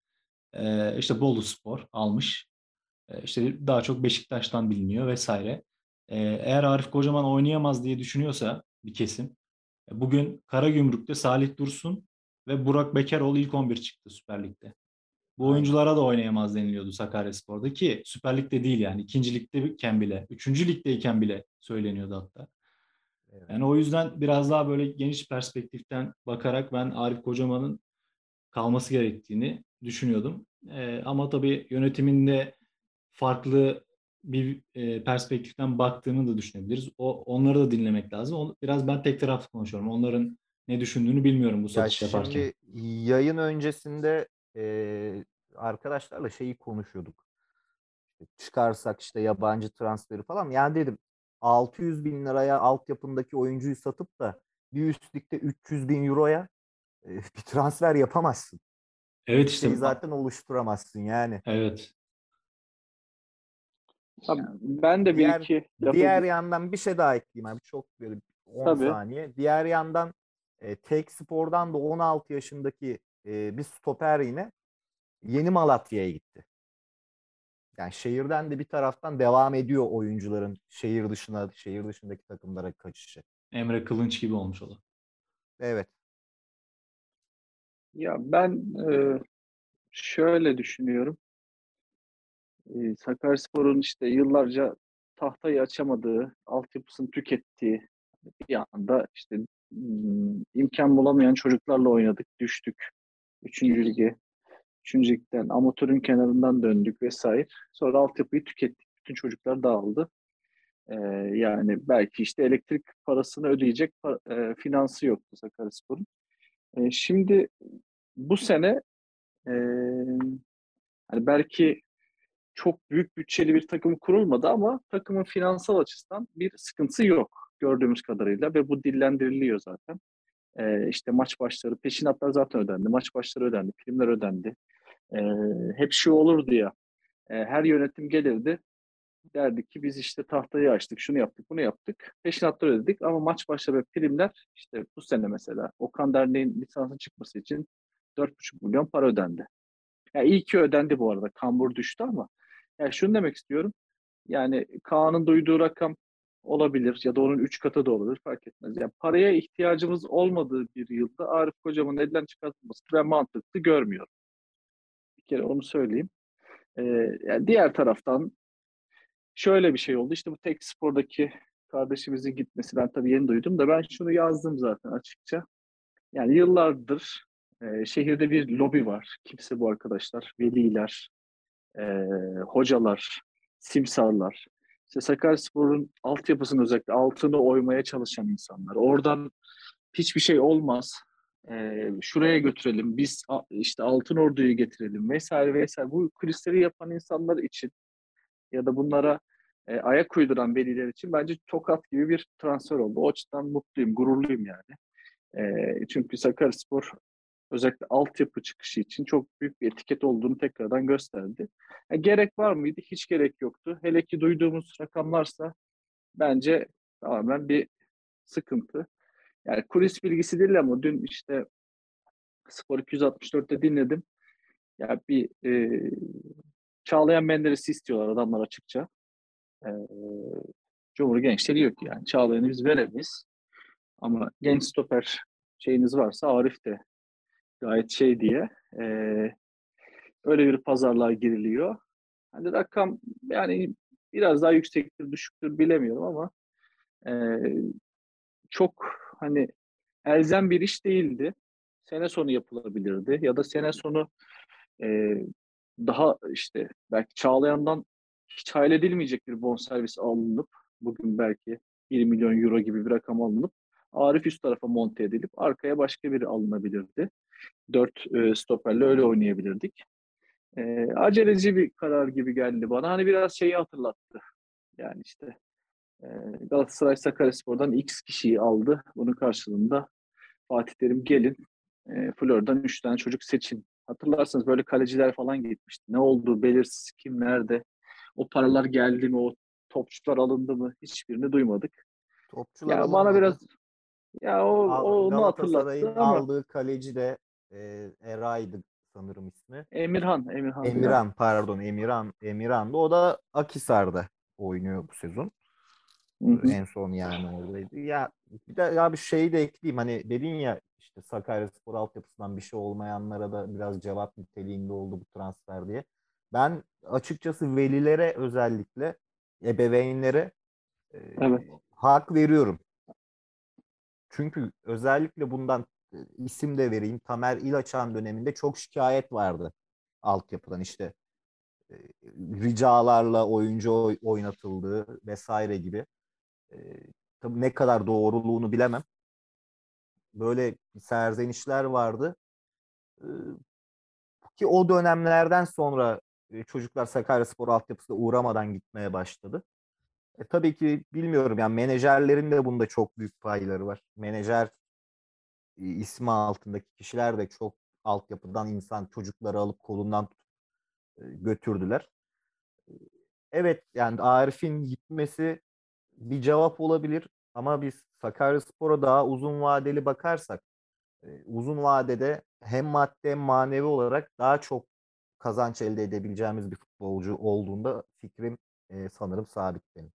e, işte Boluspor almış. E, İşte daha çok Beşiktaş'tan biliniyor vesaire. E, Eğer Arif Kocaman oynayamaz diye düşünüyorsa bir kesim. e, Bugün Karagümrük'te Salih Dursun ve Burak Bekaroğlu ilk on bir çıktı Süper Lig'de. Bu aynen. oyunculara da oynayamaz deniliyordu Sakaryaspor'da ki Süper Lig'de değil yani. İkinci ligdeyken bile, üçüncü ligdeyken bile söyleniyordu hatta. Evet. Yani o yüzden biraz daha böyle geniş perspektiften bakarak ben Arif Kocaman'ın kalması gerektiğini düşünüyordum. E, ama tabii yönetiminde farklı bir e, perspektiften baktığını da düşünebiliriz. O onları da dinlemek lazım. O, biraz ben tek taraflı konuşuyorum. Onların ne düşündüğünü bilmiyorum bu Ya satış yaparken. şimdi yayın öncesinde e, arkadaşlarla şeyi konuşuyorduk. Çıkarsak işte yabancı transferi falan. Yani dedim altı yüz bin liraya altyapındaki oyuncuyu satıp da bir üst ligde üç yüz bin euroya e, bir transfer yapamazsın. Evet işte Bütçeyi a- zaten oluşturamazsın yani. evet. Tabii Yani ben de bir diğer iki lafı diğer yandan bir şey daha ekleyeyim abi. Çok böyle on tabii. saniye. Diğer yandan e, Tek Spor'dan da on altı yaşındaki e, bir stoper yine Yeni Malatya'ya gitti. Yani şehirden de bir taraftan devam ediyor oyuncuların şehir dışına, şehir dışındaki takımlara kaçışı. Emre Kılınç gibi olmuş o da. Evet. Ya ben e, şöyle düşünüyorum. E, Sakaryaspor'un işte yıllarca tahtayı açamadığı, altyapısını tükettiği bir anda işte hmm, imkan bulamayan çocuklarla oynadık, düştük. Üçüncü lige, üçüncü ligden amatörün kenarından döndük vesaire. Sonra altyapıyı tükettik. Bütün çocuklar dağıldı. E, Yani belki işte elektrik parasını ödeyecek pa- e, finansı yoktu Sakaryaspor'un. E, şimdi bu sene e, hani belki çok büyük bütçeli bir takım kurulmadı ama takımın finansal açısından bir sıkıntısı yok gördüğümüz kadarıyla ve bu dillendiriliyor zaten. Ee, işte maç başları, peşinatlar zaten ödendi, maç başları ödendi, primler ödendi. Ee, Hep şu olurdu ya, e, her yönetim gelirdi, derdik ki biz işte tahtayı açtık, şunu yaptık, bunu yaptık. Peşinatlar ödedik ama maç başları ve primler işte bu sene mesela Okan Derneği'nin lisansı çıkması için dört buçuk milyon para ödendi. Yani iyi ki ödendi bu arada. Kambur düştü ama yani şunu demek istiyorum. Yani Kaan'ın duyduğu rakam olabilir ya da onun üç katı da olabilir fark etmez. Yani paraya ihtiyacımız olmadığı bir yılda Arif Kocaman'ın elden çıkartılması ben mantıklı görmüyorum. Bir kere onu söyleyeyim. Ee, Yani diğer taraftan şöyle bir şey oldu. İşte bu Tek Spor'daki kardeşimizin gitmesi ben tabii yeni duydum da ben şunu yazdım zaten açıkça. Yani yıllardır e, şehirde bir lobi var. Kimse bu arkadaşlar, veliler, e, hocalar, simsarlar. İşte Sakaryaspor'un altyapısının özellikle altını oymaya çalışan insanlar. Oradan hiçbir şey olmaz. E, şuraya götürelim. Biz a- işte Altın Ordu'yu getirelim vesaire vesaire. Bu kulisleri yapan insanlar için ya da bunlara e, ayak uyduran veliler için bence tokat gibi bir transfer oldu. O açıdan mutluyum, gururluyum yani. E, çünkü Sakaryaspor özellikle altyapı çıkışı için çok büyük bir etiket olduğunu tekrardan gösterdi. E, gerek var mıydı? Hiç gerek yoktu. Hele ki duyduğumuz rakamlarsa bence tamamen bir sıkıntı. Yani kulis bilgisi değil ama dün işte Spor iki yüz altmış dörtte dinledim. Ya bir e, Çağlayan Menderes'i istiyorlar adamlar açıkça. E, Cumhur Gençleri diyor ki yani Çağlayan'ı biz veremeyiz. Ama genç stoper şeyiniz varsa Arif de gayet şey diye e, öyle bir pazarlığa giriliyor. Hani rakam yani biraz daha yüksektir, düşüktür bilemiyorum ama e, çok hani elzem bir iş değildi. Sene sonu yapılabilirdi ya da sene sonu e, daha işte belki Çağlayan'dan hiç hayal edilmeyecek bir bonservis alınıp bugün belki bir milyon euro gibi bir rakam alınıp Arif üst tarafa monte edilip arkaya başka biri alınabilirdi. Dört e, stoperle öyle oynayabilirdik. E, aceleci bir karar gibi geldi bana. Hani biraz şeyi hatırlattı. Yani işte e, Galatasaray Sakaryaspor'dan X kişiyi aldı. Bunun karşılığında Fatih Terim gelin e, Florya'dan üç tane çocuk seçin. Hatırlarsanız böyle kaleciler falan gitmişti. Ne oldu belirsiz, kim nerede? O paralar geldi mi? O topçular alındı mı? Hiçbirini duymadık. Topçular Ya bana biraz alınmadı. ya o, Al- o onu hatırlattı Galatasaray'ın ama aldığı kaleci de e, Eray'dı sanırım ismi. Emirhan, Emirhan'dı galiba. Emirhan, pardon, Emirhan, Emirhan'dı. O da Akhisar'da oynuyor bu sezon. Hı hı. En son yani oradaydı. Ya bir de ya bir şeyi de ekleyeyim. Hani dedin ya işte Sakaryaspor altyapısından bir şey olmayanlara da biraz cevap niteliğinde oldu bu transfer diye. Ben açıkçası velilere özellikle ebeveynlere e, Evet, hak veriyorum. Çünkü özellikle bundan e, isim de vereyim. Tamer İlaçan döneminde çok şikayet vardı altyapıdan işte e, ricalarla oyuncu oy- oynatıldığı vesaire gibi. E, tabii ne kadar doğruluğunu bilemem. Böyle serzenişler vardı. E, ki o dönemlerden sonra e, çocuklar Sakaryaspor altyapısına uğramadan gitmeye başladı. E, tabii ki bilmiyorum yani menajerlerin de bunda çok büyük payları var. Menajer e, ismi altındaki kişiler de çok altyapıdan insan çocukları alıp kolundan tutup e, götürdüler. Evet yani Arif'in gitmesi bir cevap olabilir ama biz Sakaryaspor'a daha uzun vadeli bakarsak e, uzun vadede hem maddi hem manevi olarak daha çok kazanç elde edebileceğimiz bir futbolcu olduğunda fikrim e, sanırım sabit benim.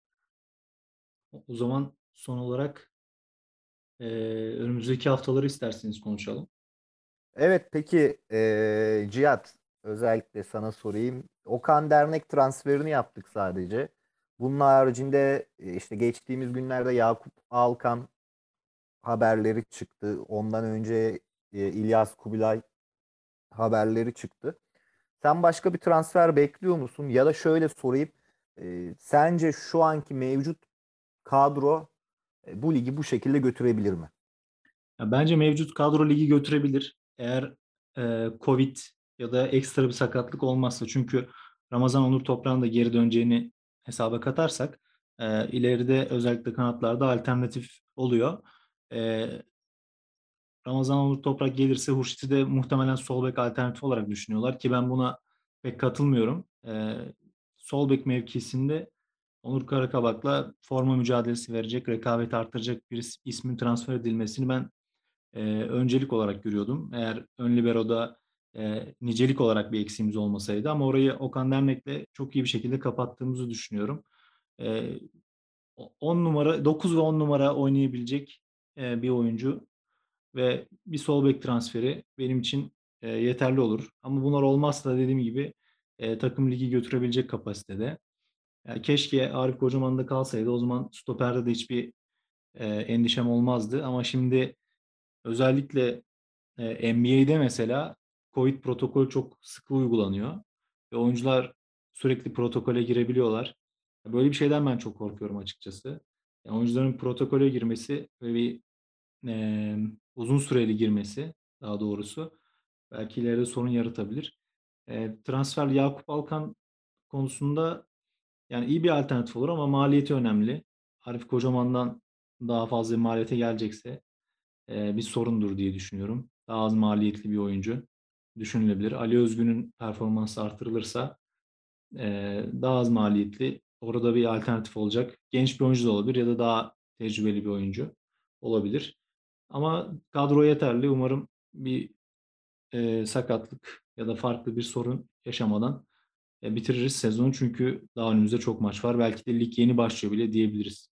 O zaman son olarak e, önümüzdeki haftaları isterseniz konuşalım. Evet peki e, Cihat özellikle sana sorayım. Okan Dernek transferini yaptık sadece. Bunun haricinde e, işte geçtiğimiz günlerde Yakup Alkan haberleri çıktı. Ondan önce e, İlyas Kubilay haberleri çıktı. Sen başka bir transfer bekliyor musun? Ya da şöyle sorayım. E, sence şu anki mevcut kadro e, bu ligi bu şekilde götürebilir mi? Ya bence mevcut kadro ligi götürebilir. Eğer e, Covid ya da ekstra bir sakatlık olmazsa. Çünkü Ramazan Onur Toprak'ın da geri döneceğini hesaba katarsak e, ileride özellikle kanatlarda alternatif oluyor. E, Ramazan Onur Toprak gelirse Hurşit'i de muhtemelen sol bek alternatif olarak düşünüyorlar ki ben buna pek katılmıyorum. E, sol bek mevkisinde Onur Karakabak'la forma mücadelesi verecek, rekabeti artıracak bir is- ismin transfer edilmesini ben e, öncelik olarak görüyordum. Eğer ön libero'da e, nicelik olarak bir eksiğimiz olmasaydı ama orayı Okan Dernek'le çok iyi bir şekilde kapattığımızı düşünüyorum. E, on numara, dokuz ve on numara oynayabilecek e, bir oyuncu ve bir sol bek transferi benim için e, yeterli olur. Ama bunlar olmazsa da dediğim gibi e, takım ligi götürebilecek kapasitede. Yani keşke Arif Kocaman'da kalsaydı o zaman stoperde de hiçbir e, endişem olmazdı. Ama şimdi özellikle e, N B A'de mesela Covid protokolü çok sıkı uygulanıyor. Ve oyuncular sürekli protokole girebiliyorlar. Böyle bir şeyden ben çok korkuyorum açıkçası. Yani oyuncuların protokole girmesi ve bir e, uzun süreli girmesi daha doğrusu belki ileride sorun yaratabilir. E, transfer Yakup Alkan konusunda Yani iyi bir alternatif olur ama maliyeti önemli. Arif Kocaman'dan daha fazla maliyete gelecekse e, bir sorundur diye düşünüyorum. Daha az maliyetli bir oyuncu düşünülebilir. Ali Özgün'ün performansı artırılırsa e, daha az maliyetli, orada bir alternatif olacak. Genç bir oyuncu da olabilir ya da daha tecrübeli bir oyuncu olabilir. Ama kadro yeterli. Umarım bir e, sakatlık ya da farklı bir sorun yaşamadan e, bitiririz sezonu. Çünkü daha önümüzde çok maç var. Belki de lig yeni başlıyor bile diyebiliriz.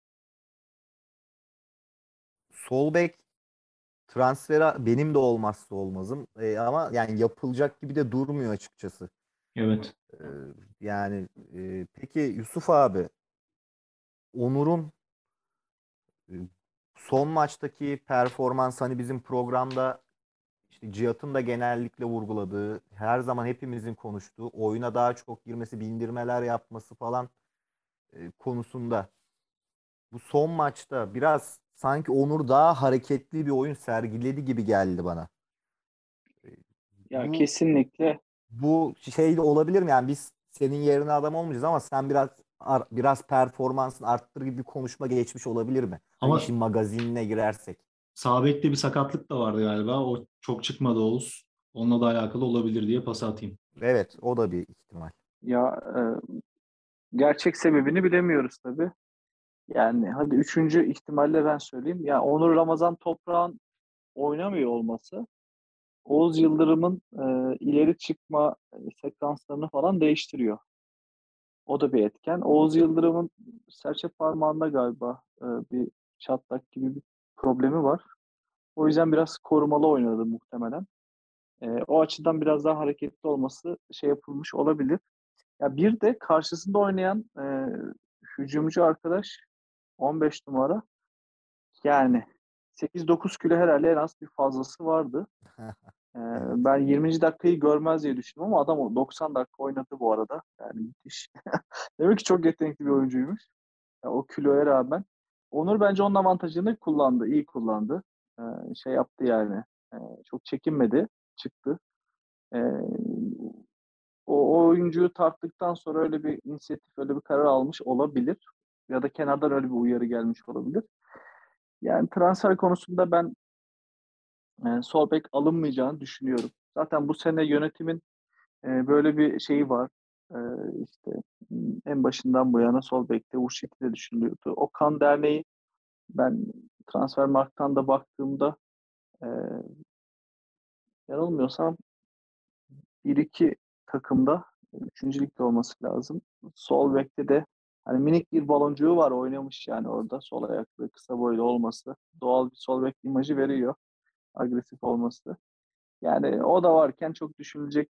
Sol bek transferi benim de olmazsa olmazım. E, ama yani yapılacak gibi de durmuyor açıkçası. Evet. E, yani e, peki Yusuf abi, Onur'un e, son maçtaki performans, hani bizim programda işte Cihat'ın da genellikle vurguladığı, her zaman hepimizin konuştuğu, oyuna daha çok girmesi, bindirmeler yapması falan e, konusunda. Bu son maçta biraz sanki Onur daha hareketli bir oyun sergiledi gibi geldi bana. E, Ya Bu kesinlikle. bu şey de olabilir mi? Yani biz senin yerine adam olmayacağız ama sen biraz ar- biraz performansını arttır gibi bir konuşma geçmiş olabilir mi? Hani Ama işin magazinine girersek. sağ bekte bir sakatlık da vardı galiba. O çok çıkmadı Oğuz. Onunla da alakalı olabilir diye pas atayım. Evet, o da bir ihtimal. Ya e, gerçek sebebini bilemiyoruz tabii. Yani hadi üçüncü ihtimalle ben söyleyeyim. Ya Onur Ramazan Toprağ'ın oynamıyor olması Oğuz Yıldırım'ın e, ileri çıkma e, sekanslarını falan değiştiriyor. O da bir etken. Oğuz Yıldırım'ın serçe parmağında galiba e, bir çatlak gibi bir problemi var. O yüzden biraz korumalı oynadı muhtemelen. E, o açıdan biraz daha hareketli olması şey yapılmış olabilir. Ya bir de karşısında oynayan e, hücumcu arkadaş on beş numara, yani sekiz dokuz kilo herhalde en az bir fazlası vardı. Ee, Evet. Ben yirminci dakikayı görmez diye düşündüm ama adam o doksan dakika oynadı bu arada. Yani müthiş. Demek ki çok yetenekli bir oyuncuymuş. Ya o kiloya rağmen. Onur bence onun avantajını kullandı, iyi kullandı. Ee, şey yaptı yani. Ee, çok çekinmedi, çıktı. Ee, o, o oyuncuyu tarttıktan sonra öyle bir inisiyatif, öyle bir karar almış olabilir. Ya da kenardan öyle bir uyarı gelmiş olabilir. Yani transfer konusunda ben e, sol bek alınmayacağını düşünüyorum. Zaten bu sene yönetimin e, böyle bir şeyi var. E, işte m, en başından bu yana sol bekte bu şekilde düşünülüyordu. Okan Derneği, ben Transfermarkt'tan da baktığımda e, yanılmıyorsam bir iki takımda üçüncü ligde olması lazım. Sol bekte de hani minik bir baloncuğu var, oynamış yani orada, sol ayaklı kısa boylu olması doğal bir sol bek imajı veriyor. Agresif olması. Yani o da varken çok düşünülecek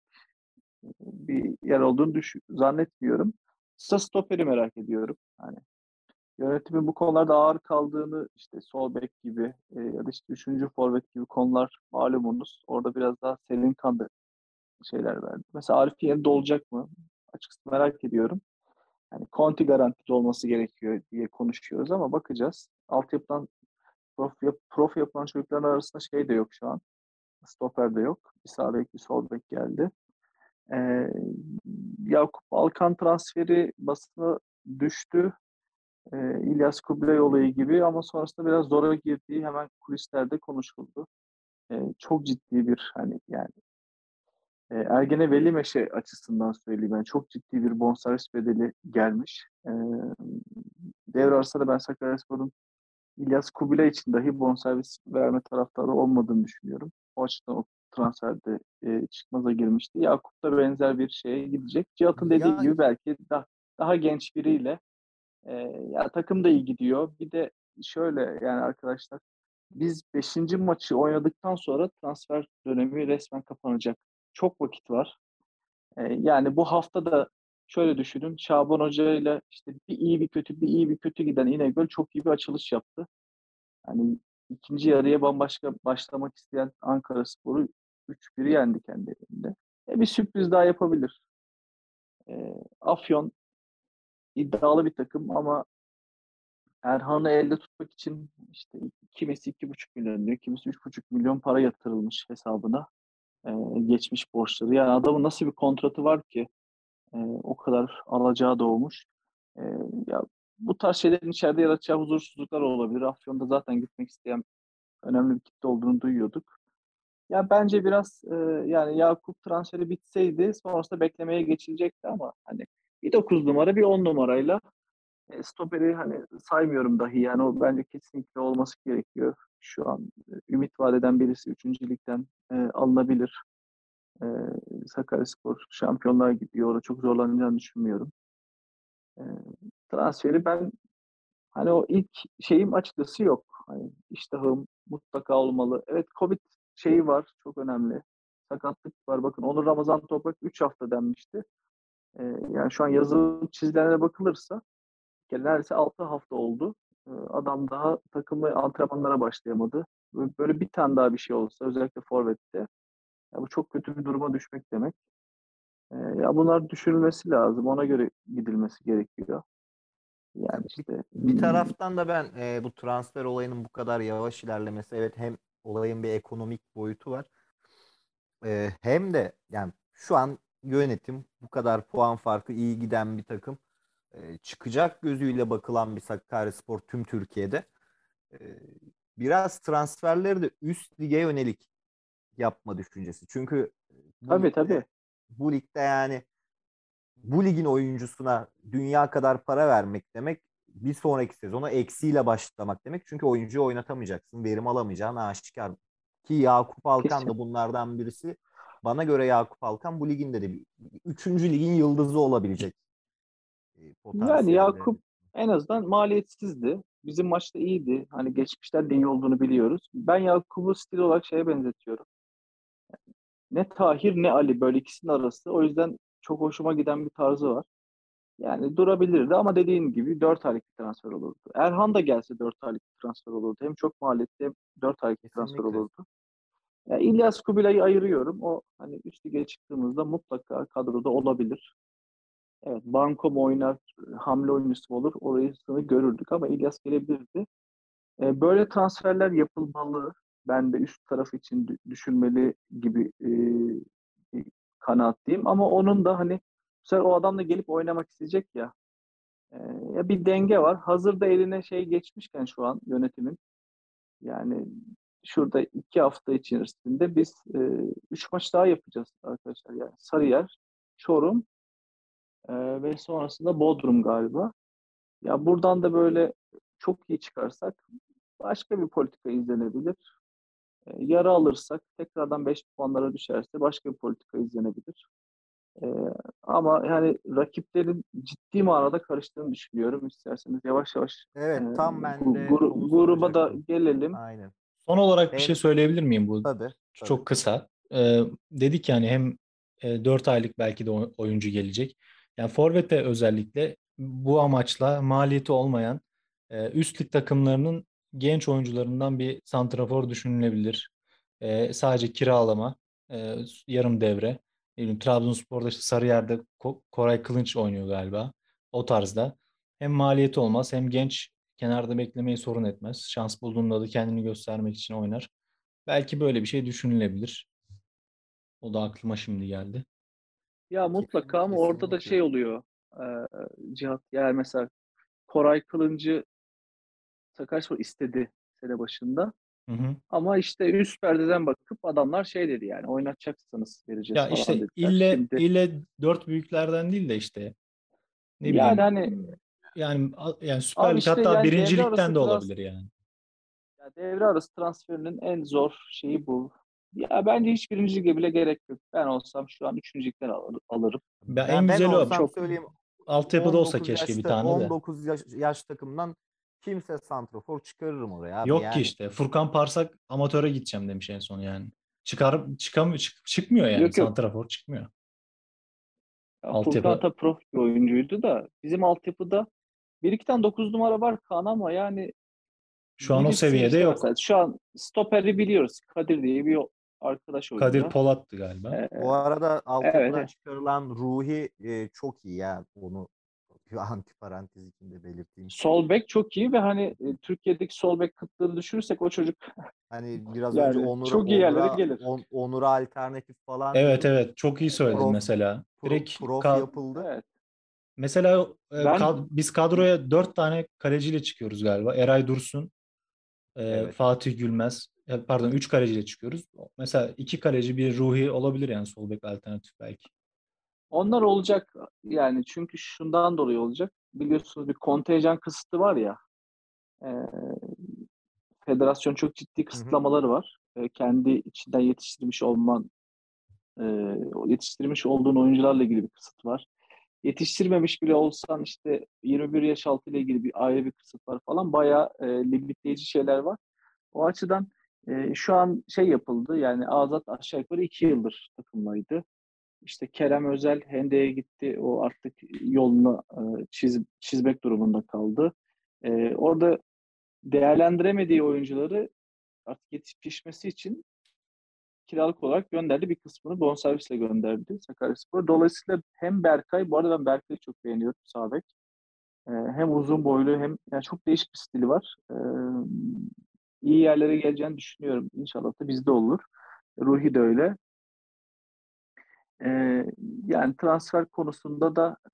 bir yer olduğunu düş zannetmiyorum. Kısa stoperi merak ediyorum. Hani yönetimin bu konularda ağır kaldığını, işte sol bek gibi e, ya da işte üçüncü forvet gibi konular malumunuz. Orada biraz daha serin kanlı şeyler verdi. Mesela Arif yerinde olacak mı? Açıkçası merak ediyorum. Yani Conti garantili olması gerekiyor diye konuşuyoruz ama bakacağız. Altyapıdan prof, yap, prof yapılan çocukların arasında şey de yok şu an. Stoper de yok. Bir sağ bek, bir sol bek geldi. Ee, Yakup Alkan transferi basına düştü. Ee, İlyas Kubilay olayı gibi, ama sonrasında biraz zora girdiği hemen kulislerde konuşuldu. Ee, çok ciddi bir, hani yani e, Ergene Velimeşe açısından söyleyeyim, yani çok ciddi bir bonservis bedeli gelmiş. Ee, devre arasında ben Sakaryaspor'un İlyas Kubilay için dahi bonservis verme taraftarı olmadığını düşünüyorum. O açıdan o transferde e, çıkmaza girmişti. Yakup da benzer bir şeye gidecek. Cihat'ın dediği Ya gibi belki daha, daha genç biriyle e, ya takım da iyi gidiyor. Bir de şöyle yani arkadaşlar, biz beşinci maçı oynadıktan sonra transfer dönemi resmen kapanacak. Çok vakit var. E, yani bu hafta da şöyle düşünün. Şaban Hoca ile işte bir iyi bir kötü bir iyi bir kötü giden İnegöl çok iyi bir açılış yaptı. Yani ikinci yarıya bambaşka başlamak isteyen Ankaraspor'u üç bir yendi kendi evinde. E, bir sürpriz daha yapabilir. E, Afyon iddialı bir takım ama Erhan'ı elde tutmak için işte kimisi iki buçuk milyon diyor, kimisi üç buçuk milyon para yatırılmış hesabına. E, geçmiş borçları. Yani adamın nasıl bir kontratı var ki? E, o kadar alacağı doğmuş. E, ya bu tarz şeylerin içeride yaratacağı huzursuzluklar olabilir. Afyon'da zaten gitmek isteyen önemli bir kitle olduğunu duyuyorduk. Ya bence biraz e, yani Yakup transferi bitseydi sonrasında beklemeye geçilecekti ama hani bir dokuz numara bir on numarayla e, stoperi hani saymıyorum dahi yani o bence kesinlikle olması gerekiyor. Şu an e, ümit vaat eden birisi üçüncü ligden e, alınabilir. E, Sakaryaspor şampiyonlar gidiyor. Orada çok zorlanacağını düşünmüyorum. E, transferi ben hani o ilk şeyim açıkçası yok. Hani iştahım mutlaka olmalı. Evet Covid şeyi var çok önemli. Sakatlık var. Bakın Onur Ramazan Toprak üç hafta denmişti. E, yani şu an yazılıp çizilenlere bakılırsa neredeyse altı hafta oldu. E, adam daha takımı antrenmanlara başlayamadı. Böyle bir tane daha bir şey olsa özellikle forvette ya bu çok kötü bir duruma düşmek demek. E, ya bunlar düşürülmesi lazım. Ona göre gidilmesi gerekiyor. Yani Ya bir, işte bir hmm, taraftan da ben e, bu transfer olayının bu kadar yavaş ilerlemesi, evet, hem olayın bir ekonomik boyutu var. E, hem de yani şu an yönetim bu kadar puan farkı iyi giden bir takım, e, çıkacak gözüyle bakılan bir Sakaryaspor tüm Türkiye'de, e, biraz transferleri de üst lige yönelik yapma düşüncesi. Çünkü bu tabii tabii. ligde bu ligde yani bu ligin oyuncusuna dünya kadar para vermek demek bir sonraki sezona eksiyle başlamak demek. Çünkü oyuncuyu oynatamayacaksın, verim alamayacağın aşikar. Ki Yakup Alkan Kesin. da bunlardan birisi. Bana göre Yakup Alkan bu ligin de bir üçüncü ligin yıldızı olabilecek e, Yani potansiyelde. Yakup en azından maliyetsizdi. Bizim maçta iyiydi. Hani geçmişten de iyi olduğunu biliyoruz. Ben Yakup'u stil olarak şeye benzetiyorum. Ne Tahir ne Ali böyle ikisinin arası. O yüzden çok hoşuma giden bir tarzı var. Yani durabilirdi ama dediğim gibi dört aylık bir transfer olurdu. Erhan da gelse dört aylık bir transfer olurdu. Hem çok maliyetli hem dört aylık bir transfer Kesinlikle. olurdu. Ya İlyas Kubilay'ı ayırıyorum. O hani üst lige çıktığımızda mutlaka kadroda olabilir. Evet, banko mu oynar, hamle oyuncusu mu olur orasını görürdük ama İlyas gelebilirdi. E, böyle transferler yapılmalı. Ben de üst taraf için dü- düşünmeli gibi e, bir kanaatteyim. Ama onun da hani bu sefer o adam da gelip oynamak isteyecek ya. E, ya bir denge var. Hazırda eline şey geçmişken şu an yönetimin yani şurada iki hafta içerisinde biz e, üç maç daha yapacağız arkadaşlar. Yani Sarıyer, Çorum e, ve sonrasında Bodrum galiba. Ya buradan da böyle çok iyi çıkarsak başka bir politika izlenebilir. E, yarı alırsak tekrardan beş puanlara düşerse başka bir politika izlenebilir. E, ama yani rakiplerin ciddi manada karıştığını düşünüyorum. İsterseniz yavaş yavaş e, Evet, tam ben gu- de gru- onu gruba da soracaktım. gelelim. Aynen. Son olarak bir şey Hem söyleyebilir miyim bu? tabii tabii. Çok kısa. Ee, dedik yani hem e, dört aylık belki de oy- oyuncu gelecek. Yani forvete özellikle bu amaçla maliyeti olmayan e, üst lig takımlarının genç oyuncularından bir santrafor düşünülebilir. E, sadece kiralama, e, yarım devre. Ne bileyim, Trabzonspor'da işte Sarıyer'de Ko- Koray Kılınç oynuyor galiba. O tarzda. Hem maliyeti olmaz hem genç kenarda beklemeyi sorun etmez. Şans bulduğunda da kendini göstermek için oynar. Belki böyle bir şey düşünülebilir. O da aklıma şimdi geldi. Ya Kesin, mutlaka ama orada da kesinlikle. şey oluyor. E, Cihat yani mesela Koray Kılıncı Sakaryaspor istedi sene başında. Hı hı. Ama işte üst perdeden bakıp adamlar şey dedi yani oynatacaksanız vereceğiz Ya falan işte dediler. ille Şimdi ille dört büyüklerden değil de işte ne yani bileyim hani yani yani Süper abi Lig işte hatta yani birinci devre ligden arası de trans olabilir yani. ya devre arası transferinin en zor şeyi bu. Ya bence hiç birinci lige bile gerek yok. Ben olsam şu an üçüncü ligden alır, alırım. Ben en Ben ben güzeli o. olsam Çok söyleyeyim, Altyapıda olsa on dokuz keşke bir yaşta tane de. on dokuz yaş, yaş takımdan kimse santrafor çıkarırım oraya abi Yok ki yani. işte. Furkan Parsak amatöre gideceğim demiş en son yani. Çıkar çıkamıyor çık- çıkmıyor yani. yok yok. Santrafor çıkmıyor. Ya Furkan Altyapı Ata prof bir oyuncuydu da bizim altyapıda bir iki tane dokuz numara var Kaan ama yani şu an o birisi seviyede işte yok. mesela şu an stoperi biliyoruz. Kadir diye bir arkadaş Kadir oyunda. Polat'tı galiba. Ee, Bu arada altyapıdan evet. çıkarılan Ruhi e, çok iyi ya. Onu Antiparantez içinde belirteyim. Sol bek çok iyi ve hani e, Türkiye'deki sol bek kıtlığını düşürürsek o çocuk Hani biraz önce yani Onur'a çok iyi yerlere Onur'a gelir. On- Onur'a alternatif falan Evet, dedim. evet, çok iyi söyledin Prof mesela. pro- Direkt prof ka- yapıldı. Evet. mesela e, Ben kad- biz kadroya dört tane kaleciyle çıkıyoruz galiba. Eray Dursun, e, Evet. Fatih Gülmez. E, pardon, üç kaleciyle çıkıyoruz. Mesela iki kaleci bir Ruhi olabilir yani sol bek alternatif belki. onlar olacak yani çünkü şundan dolayı olacak. Biliyorsunuz bir kontenjan kısıtı var ya. e, Federasyon çok ciddi Hı hı. kısıtlamaları var. E, kendi içinden yetiştirmiş olman, e, yetiştirmiş olduğun oyuncularla ilgili bir kısıt var. Yetiştirmemiş bile olsan işte yirmi bir yaş altı ile ilgili bir ayrı bir kısıt var falan. Bayağı e, limitleyici şeyler var. O açıdan e, şu an şey yapıldı yani Azat aşağı yukarı iki yıldır takımdaydı. İşte Kerem Özel Hende'ye gitti. O artık yolunu e, çiz, çizmek durumunda kaldı. E, orada değerlendiremediği oyuncuları artık yetişmesi için kiralık olarak gönderdi. Bir kısmını bonservisle gönderdi Sakaryaspor. Dolayısıyla hem Berkay, bu arada ben Berkay'ı çok beğeniyorum sağ bek. E, hem uzun boylu hem yani çok değişik bir stili var. E, iyi yerlere geleceğini düşünüyorum. İnşallah da bizde olur. Ruhi de öyle. E, yani transfer konusunda da e,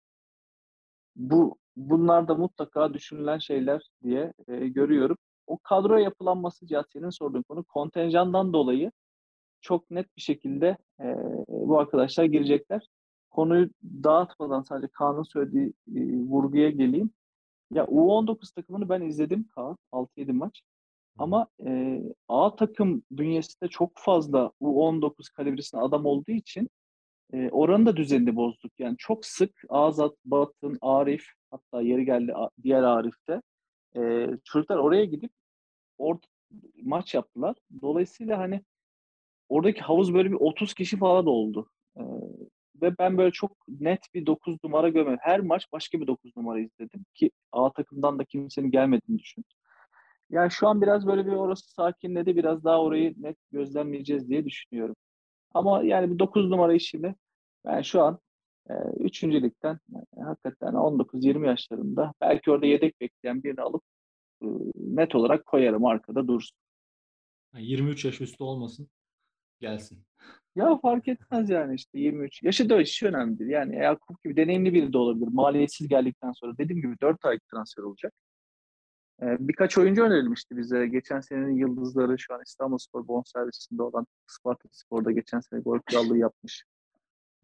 bu bunlar da mutlaka düşünülen şeyler diye e, görüyorum. O kadro yapılanması Cihat senin sorduğun konu kontenjandan dolayı çok net bir şekilde e, bu arkadaşlar girecekler. Konuyu dağıtmadan sadece Kaan'ın söylediği e, vurguya geleyim. Ya U on dokuz takımını ben izledim Kaan altı yedi maç. Hı hı. Ama e, A takım bünyesinde çok fazla U on dokuz kalibresinde adam olduğu için e, oranın da düzenini bozduk. Yani çok sık Azat, Batın, Arif hatta yeri geldi A- diğer Arif'te. E, çocuklar oraya gidip orada maç yaptılar. Dolayısıyla hani oradaki havuz böyle bir otuz kişi falan oldu. E, ve ben böyle çok net bir dokuz numara görmedim. Her maç başka bir dokuz numara izledim ki A takımdan da kimsenin gelmediğini düşün. Yani şu an biraz böyle bir orası sakinledi. Biraz daha orayı net gözlemleyeceğiz diye düşünüyorum. Ama yani bir dokuz numara işini ben şu an e, üçüncü ligden e, hakikaten on dokuz yirmi yaşlarında belki orada yedek bekleyen birini alıp e, net olarak koyarım arkada dursun. Yani yirmi üç yaş üstü olmasın, gelsin. Ya fark etmez yani işte yirmi üç. Yaşı da işi önemli değil. Yani Yakup gibi deneyimli biri de olabilir. Maliyetsiz geldikten sonra dediğim gibi dört aylık transfer olacak. E, birkaç oyuncu önerilmişti bize. Geçen senenin yıldızları şu an İstanbulspor bonservisinde olan Spartaspor'da geçen sene gol krallığı yapmış. E,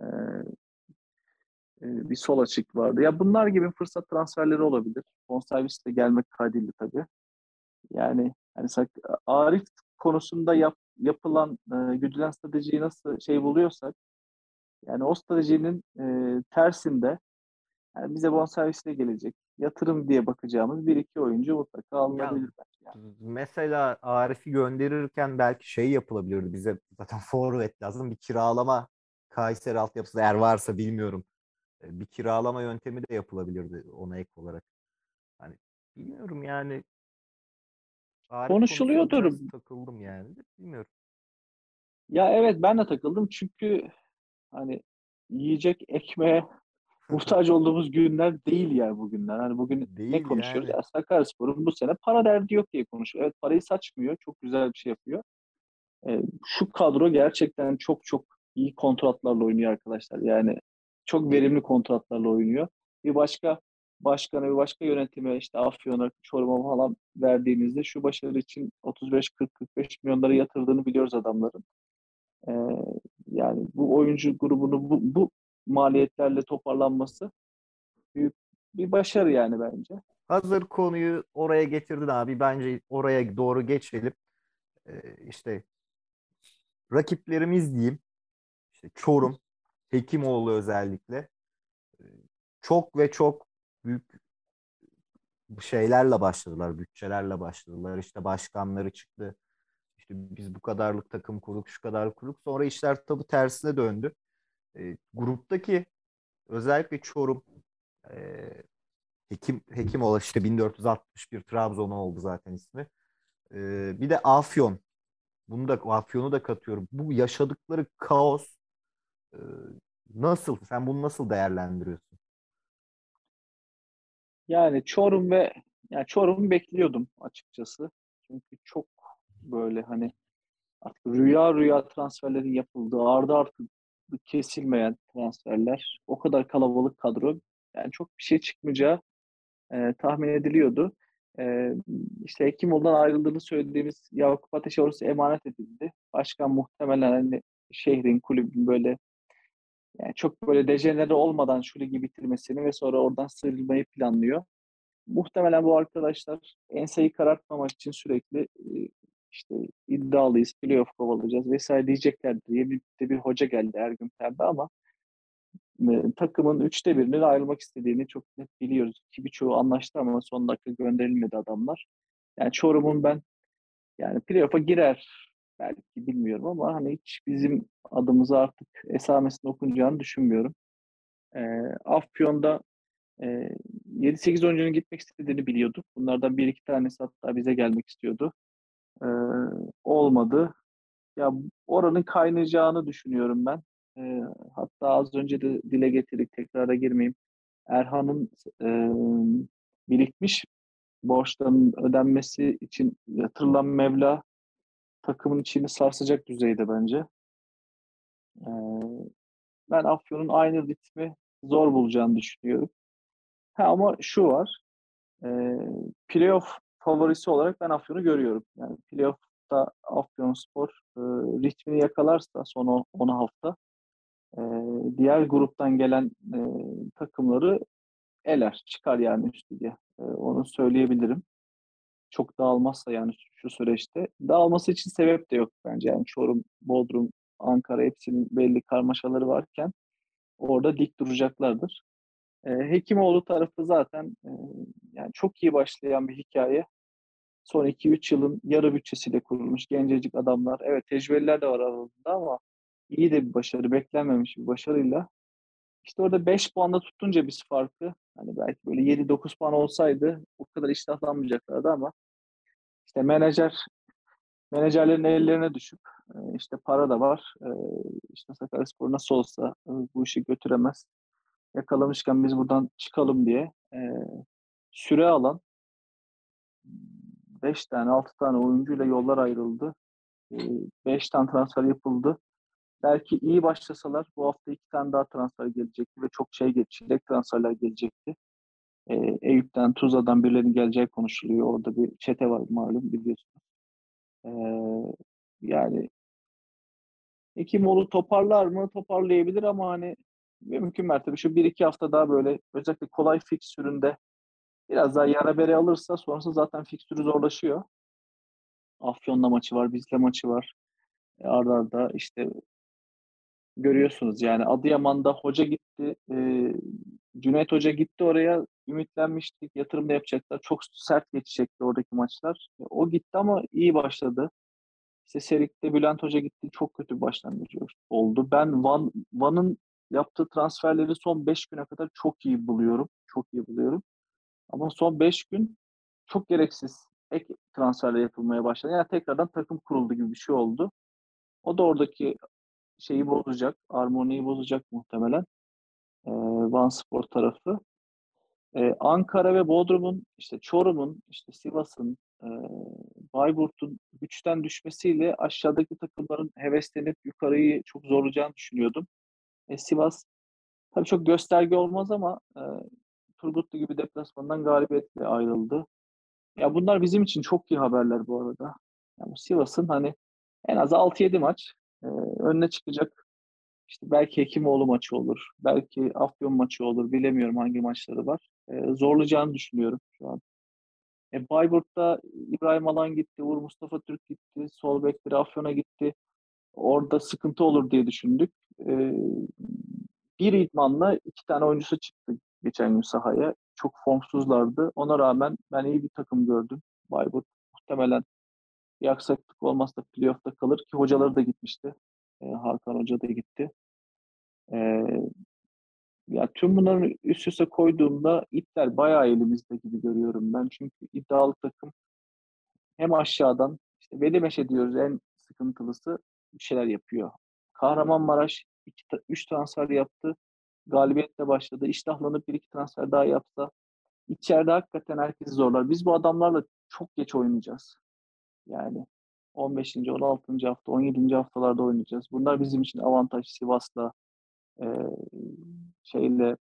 e, bir sol açık vardı. Ya bunlar gibi fırsat transferleri olabilir. Bonservis de gelmek kaydıyla tabii. Yani hani sak- Arif konusunda yap, yapılan, e, güdülen stratejiyi nasıl şey buluyorsak yani o stratejinin e, tersinde yani bize bonservisle gelecek yatırım diye bakacağımız bir iki oyuncu mutlaka Ya alınabilir bence. Yani. mesela Arif'i gönderirken belki şey yapılabilirdi. Bize zaten forvet lazım. Bir kiralama Kayseri altyapısı eğer varsa bilmiyorum. E, Bir kiralama yöntemi de yapılabilirdi ona ek olarak. Hani bilmiyorum yani Arif konusunda Konuşuluyordur. biraz takıldım yani. Bilmiyorum. Ya evet ben de takıldım çünkü hani yiyecek ekmeğe muhtaç olduğumuz günler değil yani bugünler. Hani bugün ne Değil konuşuyoruz? yani. Ya Sakaryaspor'un bu sene para derdi yok diye konuşuyor. Evet parayı saçmıyor. Çok güzel bir şey yapıyor. E, şu kadro gerçekten çok çok iyi kontratlarla oynuyor arkadaşlar. Yani çok verimli kontratlarla oynuyor. Bir başka başkana, bir başka yönetime işte Afyon'a, Çorum'a falan verdiğinizde şu başarı için otuz beş kırk kırk beş milyonları yatırdığını biliyoruz adamların. E, yani bu oyuncu grubunu bu, bu maliyetlerle toparlanması büyük bir başarı yani bence. Hazır konuyu oraya getirdin abi. Bence oraya doğru geçelim. Ee, işte rakiplerimiz diyeyim. İşte Çorum, Hekimoğlu özellikle. Ee, Çok ve çok büyük şeylerle başladılar, bütçelerle başladılar. İşte başkanları çıktı. İşte biz bu kadarlık takım kurduk, şu kadar kurduk. Sonra işler tabii tersine döndü. Ee, gruptaki özellikle Çorum, e, Hekim Hekimoğlu işte bin dört yüz altmış bir Trabzon oldu zaten ismi. Ee, bir de Afyon. Bunu da Afyon'u da katıyorum. Bu yaşadıkları kaos e, nasıl? Sen bunu nasıl değerlendiriyorsun? Yani Çorum ve yani Çorum'u bekliyordum açıkçası. Çünkü çok böyle hani artık rüya rüya transferlerin yapıldığı, ardı arkı kesilmeyen transferler, o kadar kalabalık kadro. Yani çok bir şey çıkmayacağı e, tahmin ediliyordu. E, işte Hekimoğlu'ndan ayrıldığını söylediğimiz Yakup Ateş'e orası emanet edildi. Başkan muhtemelen hani şehrin, kulübün böyle yani çok böyle dejenere olmadan şu ligi bitirmesini ve sonra oradan sıyrılmayı planlıyor. Muhtemelen bu arkadaşlar enseyi karartmamak için sürekli e, işte iddialıyız, playoff kovalayacağız vesaire diyecekler diye bir, de bir hoca geldi Ergün Pembe ama e, takımın üçte birinin ayrılmak istediğini çok net biliyoruz. Ki birçoğu anlaştı ama son dakika gönderilmedi adamlar. Yani Çorum'un ben yani playoff'a girer belki bilmiyorum ama hani hiç bizim adımıza artık esamesini okunacağını düşünmüyorum. E, Afyon'da e, yedi sekiz oyuncunun gitmek istediğini biliyorduk. Bunlardan bir iki tanesi hatta bize gelmek istiyordu. E, olmadı. Ya oranın kaynayacağını düşünüyorum ben. E, hatta az önce de dile getirdik, tekrara girmeyeyim. Erhan'ın e, birikmiş borçların ödenmesi için yatırılan meblağ takımın içini sarsacak düzeyde bence. E, ben Afyon'un aynı ritmi zor bulacağını düşünüyorum. Ha, ama şu var. E, playoff favorisi olarak ben Afyon'u görüyorum. Yani playoff'ta Afyonspor e, ritmini yakalarsa son on hafta e, diğer gruptan gelen e, takımları eler, çıkar yani üst lige. E, onu söyleyebilirim. Çok dağılmazsa yani şu süreçte. Dağılması için sebep de yok bence. Yani Çorum, Bodrum, Ankara hepsinin belli karmaşaları varken orada dik duracaklardır. E, Hekimoğlu tarafı zaten e, yani çok iyi başlayan bir hikaye. Son iki üç yılın yarı bütçesiyle kurulmuş gencecik adamlar. Evet tecrübeliler de var aralarında ama iyi de bir başarı, beklenmemiş bir başarıyla. İşte orada beş puanda tutunca biz farkı hani belki böyle yedi dokuz puan olsaydı o kadar iştahlanmayacaklardı ama işte menajer menajerlerin ellerine düşüp e, işte para da var. E, işte Sakaryaspor nasıl olsa e, bu işi götüremez. Yakalamışken biz buradan çıkalım diye e, süre alan beş tane altı tane oyuncuyla yollar ayrıldı. E, beş tane transfer yapıldı. Belki iyi başlasalar bu hafta iki tane daha transfer gelecekti ve çok şey geçecek transferler gelecekti. E, Eyüp'ten, Tuzla'dan birilerinin geleceği konuşuluyor. Orada bir çete var malum biliyorsunuz. E, yani Hekimoğlu toparlar mı? Toparlayabilir ama hani mümkün mertebe şu bir iki hafta daha böyle özellikle kolay fikstüründe biraz daha yara bere alırsa sonrası zaten fikstürü zorlaşıyor. Afyon'la maçı var, bizle maçı var. E, arda arda işte görüyorsunuz yani Adıyaman'da hoca gitti. E, Cüneyt Hoca gitti oraya. Ümitlenmiştik. Yatırım da yapacaklar. Çok sert geçecekti oradaki maçlar. E, o gitti ama iyi başladı. İşte Serik'te Bülent Hoca gitti. Çok kötü bir başlangıç oldu. Ben Van Van'ın yaptığı transferleri son beş güne kadar çok iyi buluyorum. Çok iyi buluyorum. Ama son beş gün çok gereksiz ek transferler yapılmaya başladı. Yani tekrardan takım kuruldu gibi bir şey oldu. O da oradaki şeyi bozacak, armoniyi bozacak muhtemelen. Ee, Van Spor tarafı. Ee, Ankara ve Bodrum'un, işte Çorum'un, işte Sivas'ın, e, Bayburt'un güçten düşmesiyle aşağıdaki takımların heveslenip yukarıyı çok zorlayacağını düşünüyordum. E, Sivas tabii çok gösterge olmaz ama e, Turgutlu gibi deplasmandan galibiyetle ayrıldı. Ya bunlar bizim için çok iyi haberler bu arada. Yani Sivas'ın hani en az altı yedi maç e, önüne çıkacak. İşte belki Hekimoğlu maçı olur. Belki Afyon maçı olur. Bilemiyorum hangi maçları var. Ee, zorlayacağını düşünüyorum şu an. E, Bayburt'ta İbrahim Alan gitti. Uğur Mustafa Türk gitti. Sol bekleri Afyon'a gitti. Orada sıkıntı olur diye düşündük. Ee, bir idmanla iki tane oyuncusu çıktı geçen gün sahaya. Çok formsuzlardı. Ona rağmen ben iyi bir takım gördüm. Bayburt muhtemelen bir aksaklık olmazsa playoff'ta kalır ki hocaları da gitmişti. Ee, Hakan Hoca da gitti. Ee, Ya tüm bunları üst üste koyduğumda ipler bayağı elimizde gibi görüyorum ben. Çünkü iddialı takım hem aşağıdan işte Veli Meşe diyoruz en sıkıntılısı bir şeyler yapıyor. Kahramanmaraş iki, üç transfer yaptı. Galibiyetle başladı. İştahlanıp bir iki transfer daha yapsa içeride hakikaten herkesi zorlar. Biz bu adamlarla çok geç oynayacağız. Yani on beşinci, on altıncı hafta, on yedinci haftalarda oynayacağız. Bunlar bizim için avantaj. Sivas'la e, şeyle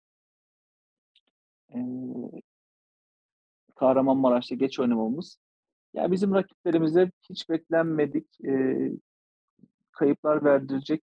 e, Kahramanmaraş'ta geç oynamamız. Yani bizim rakiplerimize hiç beklenmedik e, kayıplar verdirecek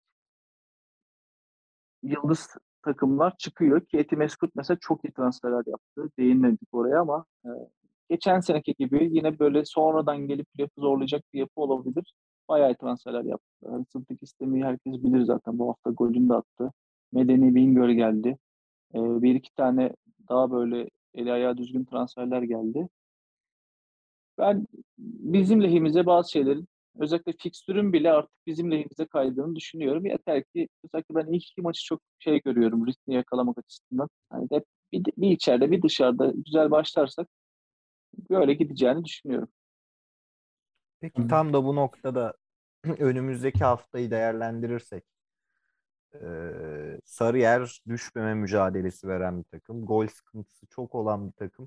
yıldız takımlar çıkıyor ki Etimeskut mesela çok iyi transferler yaptı. Değinmedik oraya ama e, geçen seneki gibi yine böyle sonradan gelip yapı zorlayacak bir yapı olabilir. Bayağı iyi transferler yaptı. Yani Sıddık İstemi'yi herkes bilir zaten. Bu hafta golünü de attı. Medeni Bingöl geldi. E, bir iki tane daha böyle eli ayağı düzgün transferler geldi. Ben bizim lehimize bazı şeylerin özellikle fikstürün bile artık bizim lehimize kaydığını düşünüyorum. Yeter ki özellikle ben ilk iki maçı çok şey görüyorum ritmi yakalamak açısından. Hani hep bir, bir içeride bir dışarıda güzel başlarsak böyle gideceğini düşünüyorum. Peki tam da bu noktada önümüzdeki haftayı değerlendirirsek e, Sarıyer düşmeme mücadelesi veren bir takım. Gol sıkıntısı çok olan bir takım.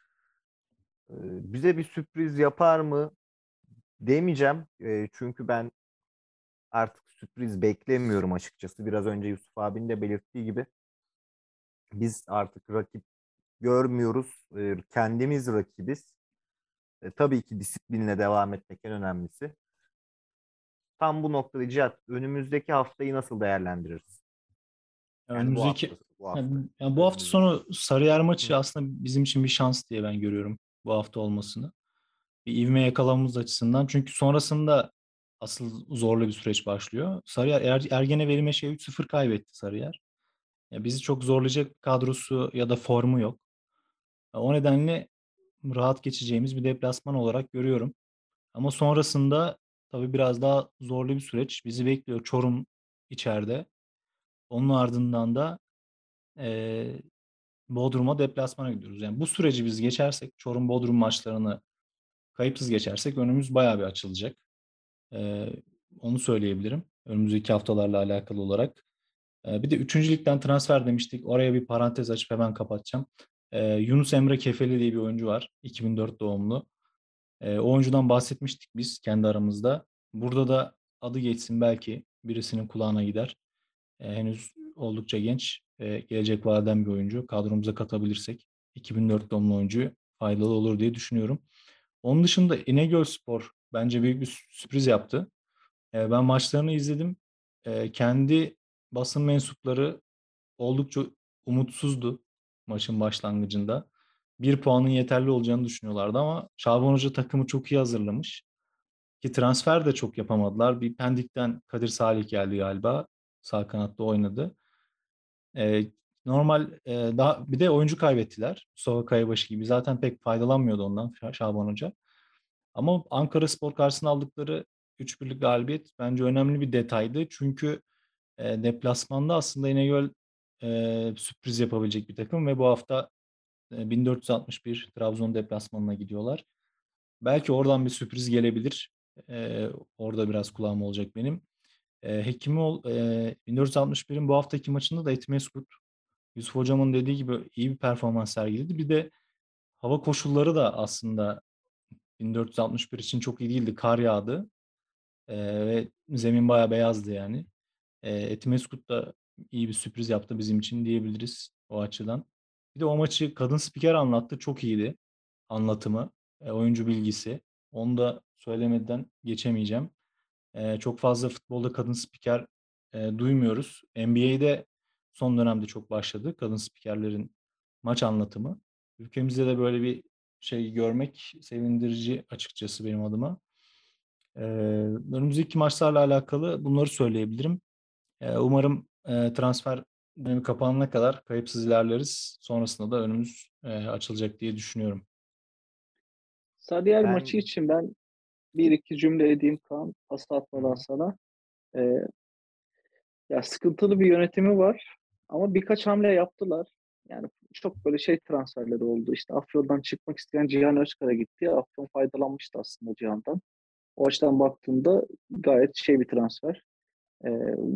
E, bize bir sürpriz yapar mı demeyeceğim. E, çünkü ben artık sürpriz beklemiyorum açıkçası. Biraz önce Yusuf abinin de belirttiği gibi biz artık rakip görmüyoruz. E, kendimiz rakibiz. E, tabii ki disiplinle devam etmek en önemlisi. Tam bu noktada Cihat, önümüzdeki haftayı nasıl değerlendiririz? Yani bu Önümüzdeki hafta, bu hafta, yani, yani bu hafta önümüzdeki. sonu Sarıyer Hı. maçı aslında bizim için bir şans diye ben görüyorum bu hafta olmasını. Bir ivme yakalamamız açısından. Çünkü sonrasında asıl zorlu bir süreç başlıyor. Sarıyer er, Ergene Verimeşe üç sıfır kaybetti Sarıyer. Ya bizi çok zorlayacak bir kadrosu ya da formu yok. O nedenle rahat geçeceğimiz bir deplasman olarak görüyorum. Ama sonrasında tabii biraz daha zorlu bir süreç bizi bekliyor. Çorum içeride. Onun ardından da eee, Bodrum'a deplasmana gidiyoruz. Yani bu süreci biz geçersek, Çorum-Bodrum maçlarını kayıpsız geçersek önümüz bayağı bir açılacak. Eee, Onu söyleyebilirim. Önümüzdeki haftalarla alakalı olarak. Eee, bir de üçüncü ligden transfer demiştik. Oraya bir parantez açıp hemen kapatacağım. Eee, Yunus Emre Kefeli diye bir oyuncu var. iki bin dört doğumlu. Eee, o oyuncudan bahsetmiştik biz kendi aramızda. Burada da adı geçsin belki birisinin kulağına gider. Eee, henüz oldukça genç, eee, gelecek vaat eden bir oyuncu. Kadromuza katabilirsek iki bin dört doğumlu oyuncu faydalı olur diye düşünüyorum. Onun dışında İnegölspor bence büyük bir sü- sürpriz yaptı. Eee, ben maçlarını izledim. Eee, kendi basın mensupları oldukça umutsuzdu maçın başlangıcında. Bir puanın yeterli olacağını düşünüyorlardı ama Şaban Hoca takımı çok iyi hazırlamış. Ki transfer de çok yapamadılar. Bir Pendik'ten Kadir Salih geldi galiba. Sağ kanatta oynadı. Ee, normal e, daha bir de oyuncu kaybettiler. Mustafa Kayabaşı gibi. Zaten pek faydalanmıyordu ondan Şa- Şaban Hoca. Ama Ankaraspor karşısında aldıkları üç birlik galibiyet bence önemli bir detaydı. Çünkü e, deplasmanda aslında İnegöl e, sürpriz yapabilecek bir takım ve bu hafta e, bin dört yüz altmış bir Trabzon deplasmanına gidiyorlar. Belki oradan bir sürpriz gelebilir. E, orada biraz kulağım olacak benim. E, Hekimoğlu, e, bin dört yüz altmış birin bu haftaki maçında da Etimeskut, Yusuf Hocam'ın dediği gibi iyi bir performans sergiledi. Bir de hava koşulları da aslında bin dört yüz altmış bir için çok iyi değildi. Kar yağdı e, ve zemin bayağı beyazdı yani. E, Etimeskut da iyi bir sürpriz yaptı bizim için diyebiliriz o açıdan. Bir de o maçı kadın spiker anlattı. Çok iyiydi anlatımı, e, oyuncu bilgisi. Onu da söylemeden geçemeyeceğim. E, çok fazla futbolda kadın spiker e, duymuyoruz. N B A'de son dönemde çok başladı kadın spikerlerin maç anlatımı. Ülkemizde de böyle bir şey görmek sevindirici açıkçası benim adıma. E, Önümüzdeki maçlarla alakalı bunları söyleyebilirim. E, umarım e, transfer dönemi kapanana kadar kayıpsız ilerleriz. Sonrasında da önümüz e, açılacak diye düşünüyorum. Sarıyer maçı Ben için ben bir iki cümle edeyim Kaan. Pas Hı atmadan hı. sana. Ee, Ya sıkıntılı bir yönetimi var ama birkaç hamle yaptılar. Yani çok böyle şey transferleri oldu. İşte Afyon'dan çıkmak isteyen Cihan Özkar'a gitti. Afyon faydalanmıştı aslında Cihan'dan. O açıdan baktığımda gayet şey bir transfer. Ee,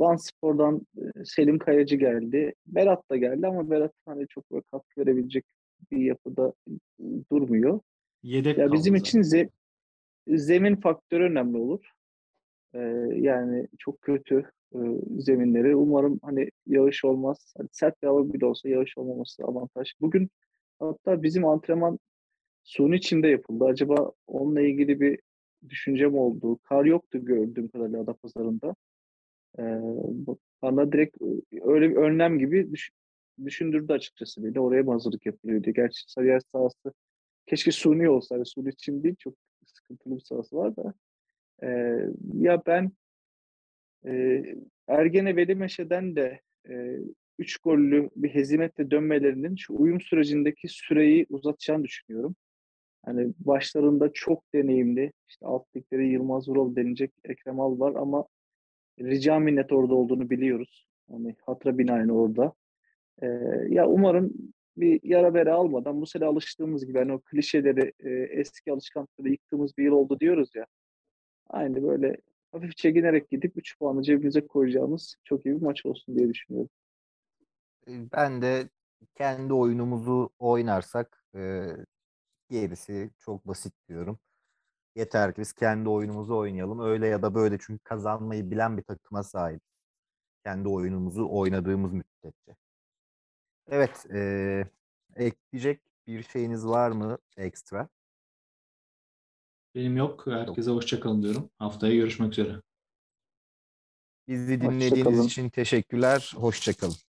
Vanspor'dan e, Selim Kayacı geldi. Berat da geldi ama Berat hani çok böyle katkı verebilecek bir yapıda durmuyor. Yedek Ya bizim kaldı için zaten. ze- zemin faktörü önemli olur. Ee, Yani çok kötü e, zeminleri. Umarım hani yağış olmaz. Hani sert bir hava bile olsa yağış olmaması avantaj. Bugün hatta bizim antrenman suyun içinde yapıldı. Acaba onunla ilgili bir düşüncem oldu. Kar yoktu gördüğüm kadarıyla Adapazarı'nda. Ee, bu- Bana direkt öyle bir önlem gibi düş- düşündürdü açıkçası beni. Oraya mı hazırlık yapılıyor diye. Gerçi Sarıyer sahası keşke suni olsaydı. Suni için değil, çok sıkıntılı bir sahası var da. Ee, Ya ben e, Ergene Velimeşe'den de e, üç gollü bir hezimetle dönmelerinin şu uyum sürecindeki süreyi uzatacağını düşünüyorum. Hani başlarında çok deneyimli, işte alt ligleri Yılmaz Vural denilecek Ekrem Al var ama rica minnet orada olduğunu biliyoruz. Hani hatıra binaen orada. Ee, Ya umarım bir yara bere almadan bu sene alıştığımız gibi hani o klişeleri e, eski alışkanlıkları yıktığımız bir yıl oldu diyoruz ya. Aynı böyle hafif çekinerek gidip üç puanı cebimize koyacağımız çok iyi bir maç olsun diye düşünüyorum. E, Ben de kendi oyunumuzu oynarsak e, gerisi çok basit diyorum. Yeter ki biz kendi oyunumuzu oynayalım. Öyle ya da böyle, çünkü kazanmayı bilen bir takıma sahip. Kendi oyunumuzu oynadığımız müddetçe. Evet, e, ekleyecek bir şeyiniz var mı ekstra? Benim yok. Yok. Herkese hoşça kalın diyorum. Haftaya görüşmek üzere. Bizi dinlediğiniz Hoşçakalın. için teşekkürler. Hoşça kalın.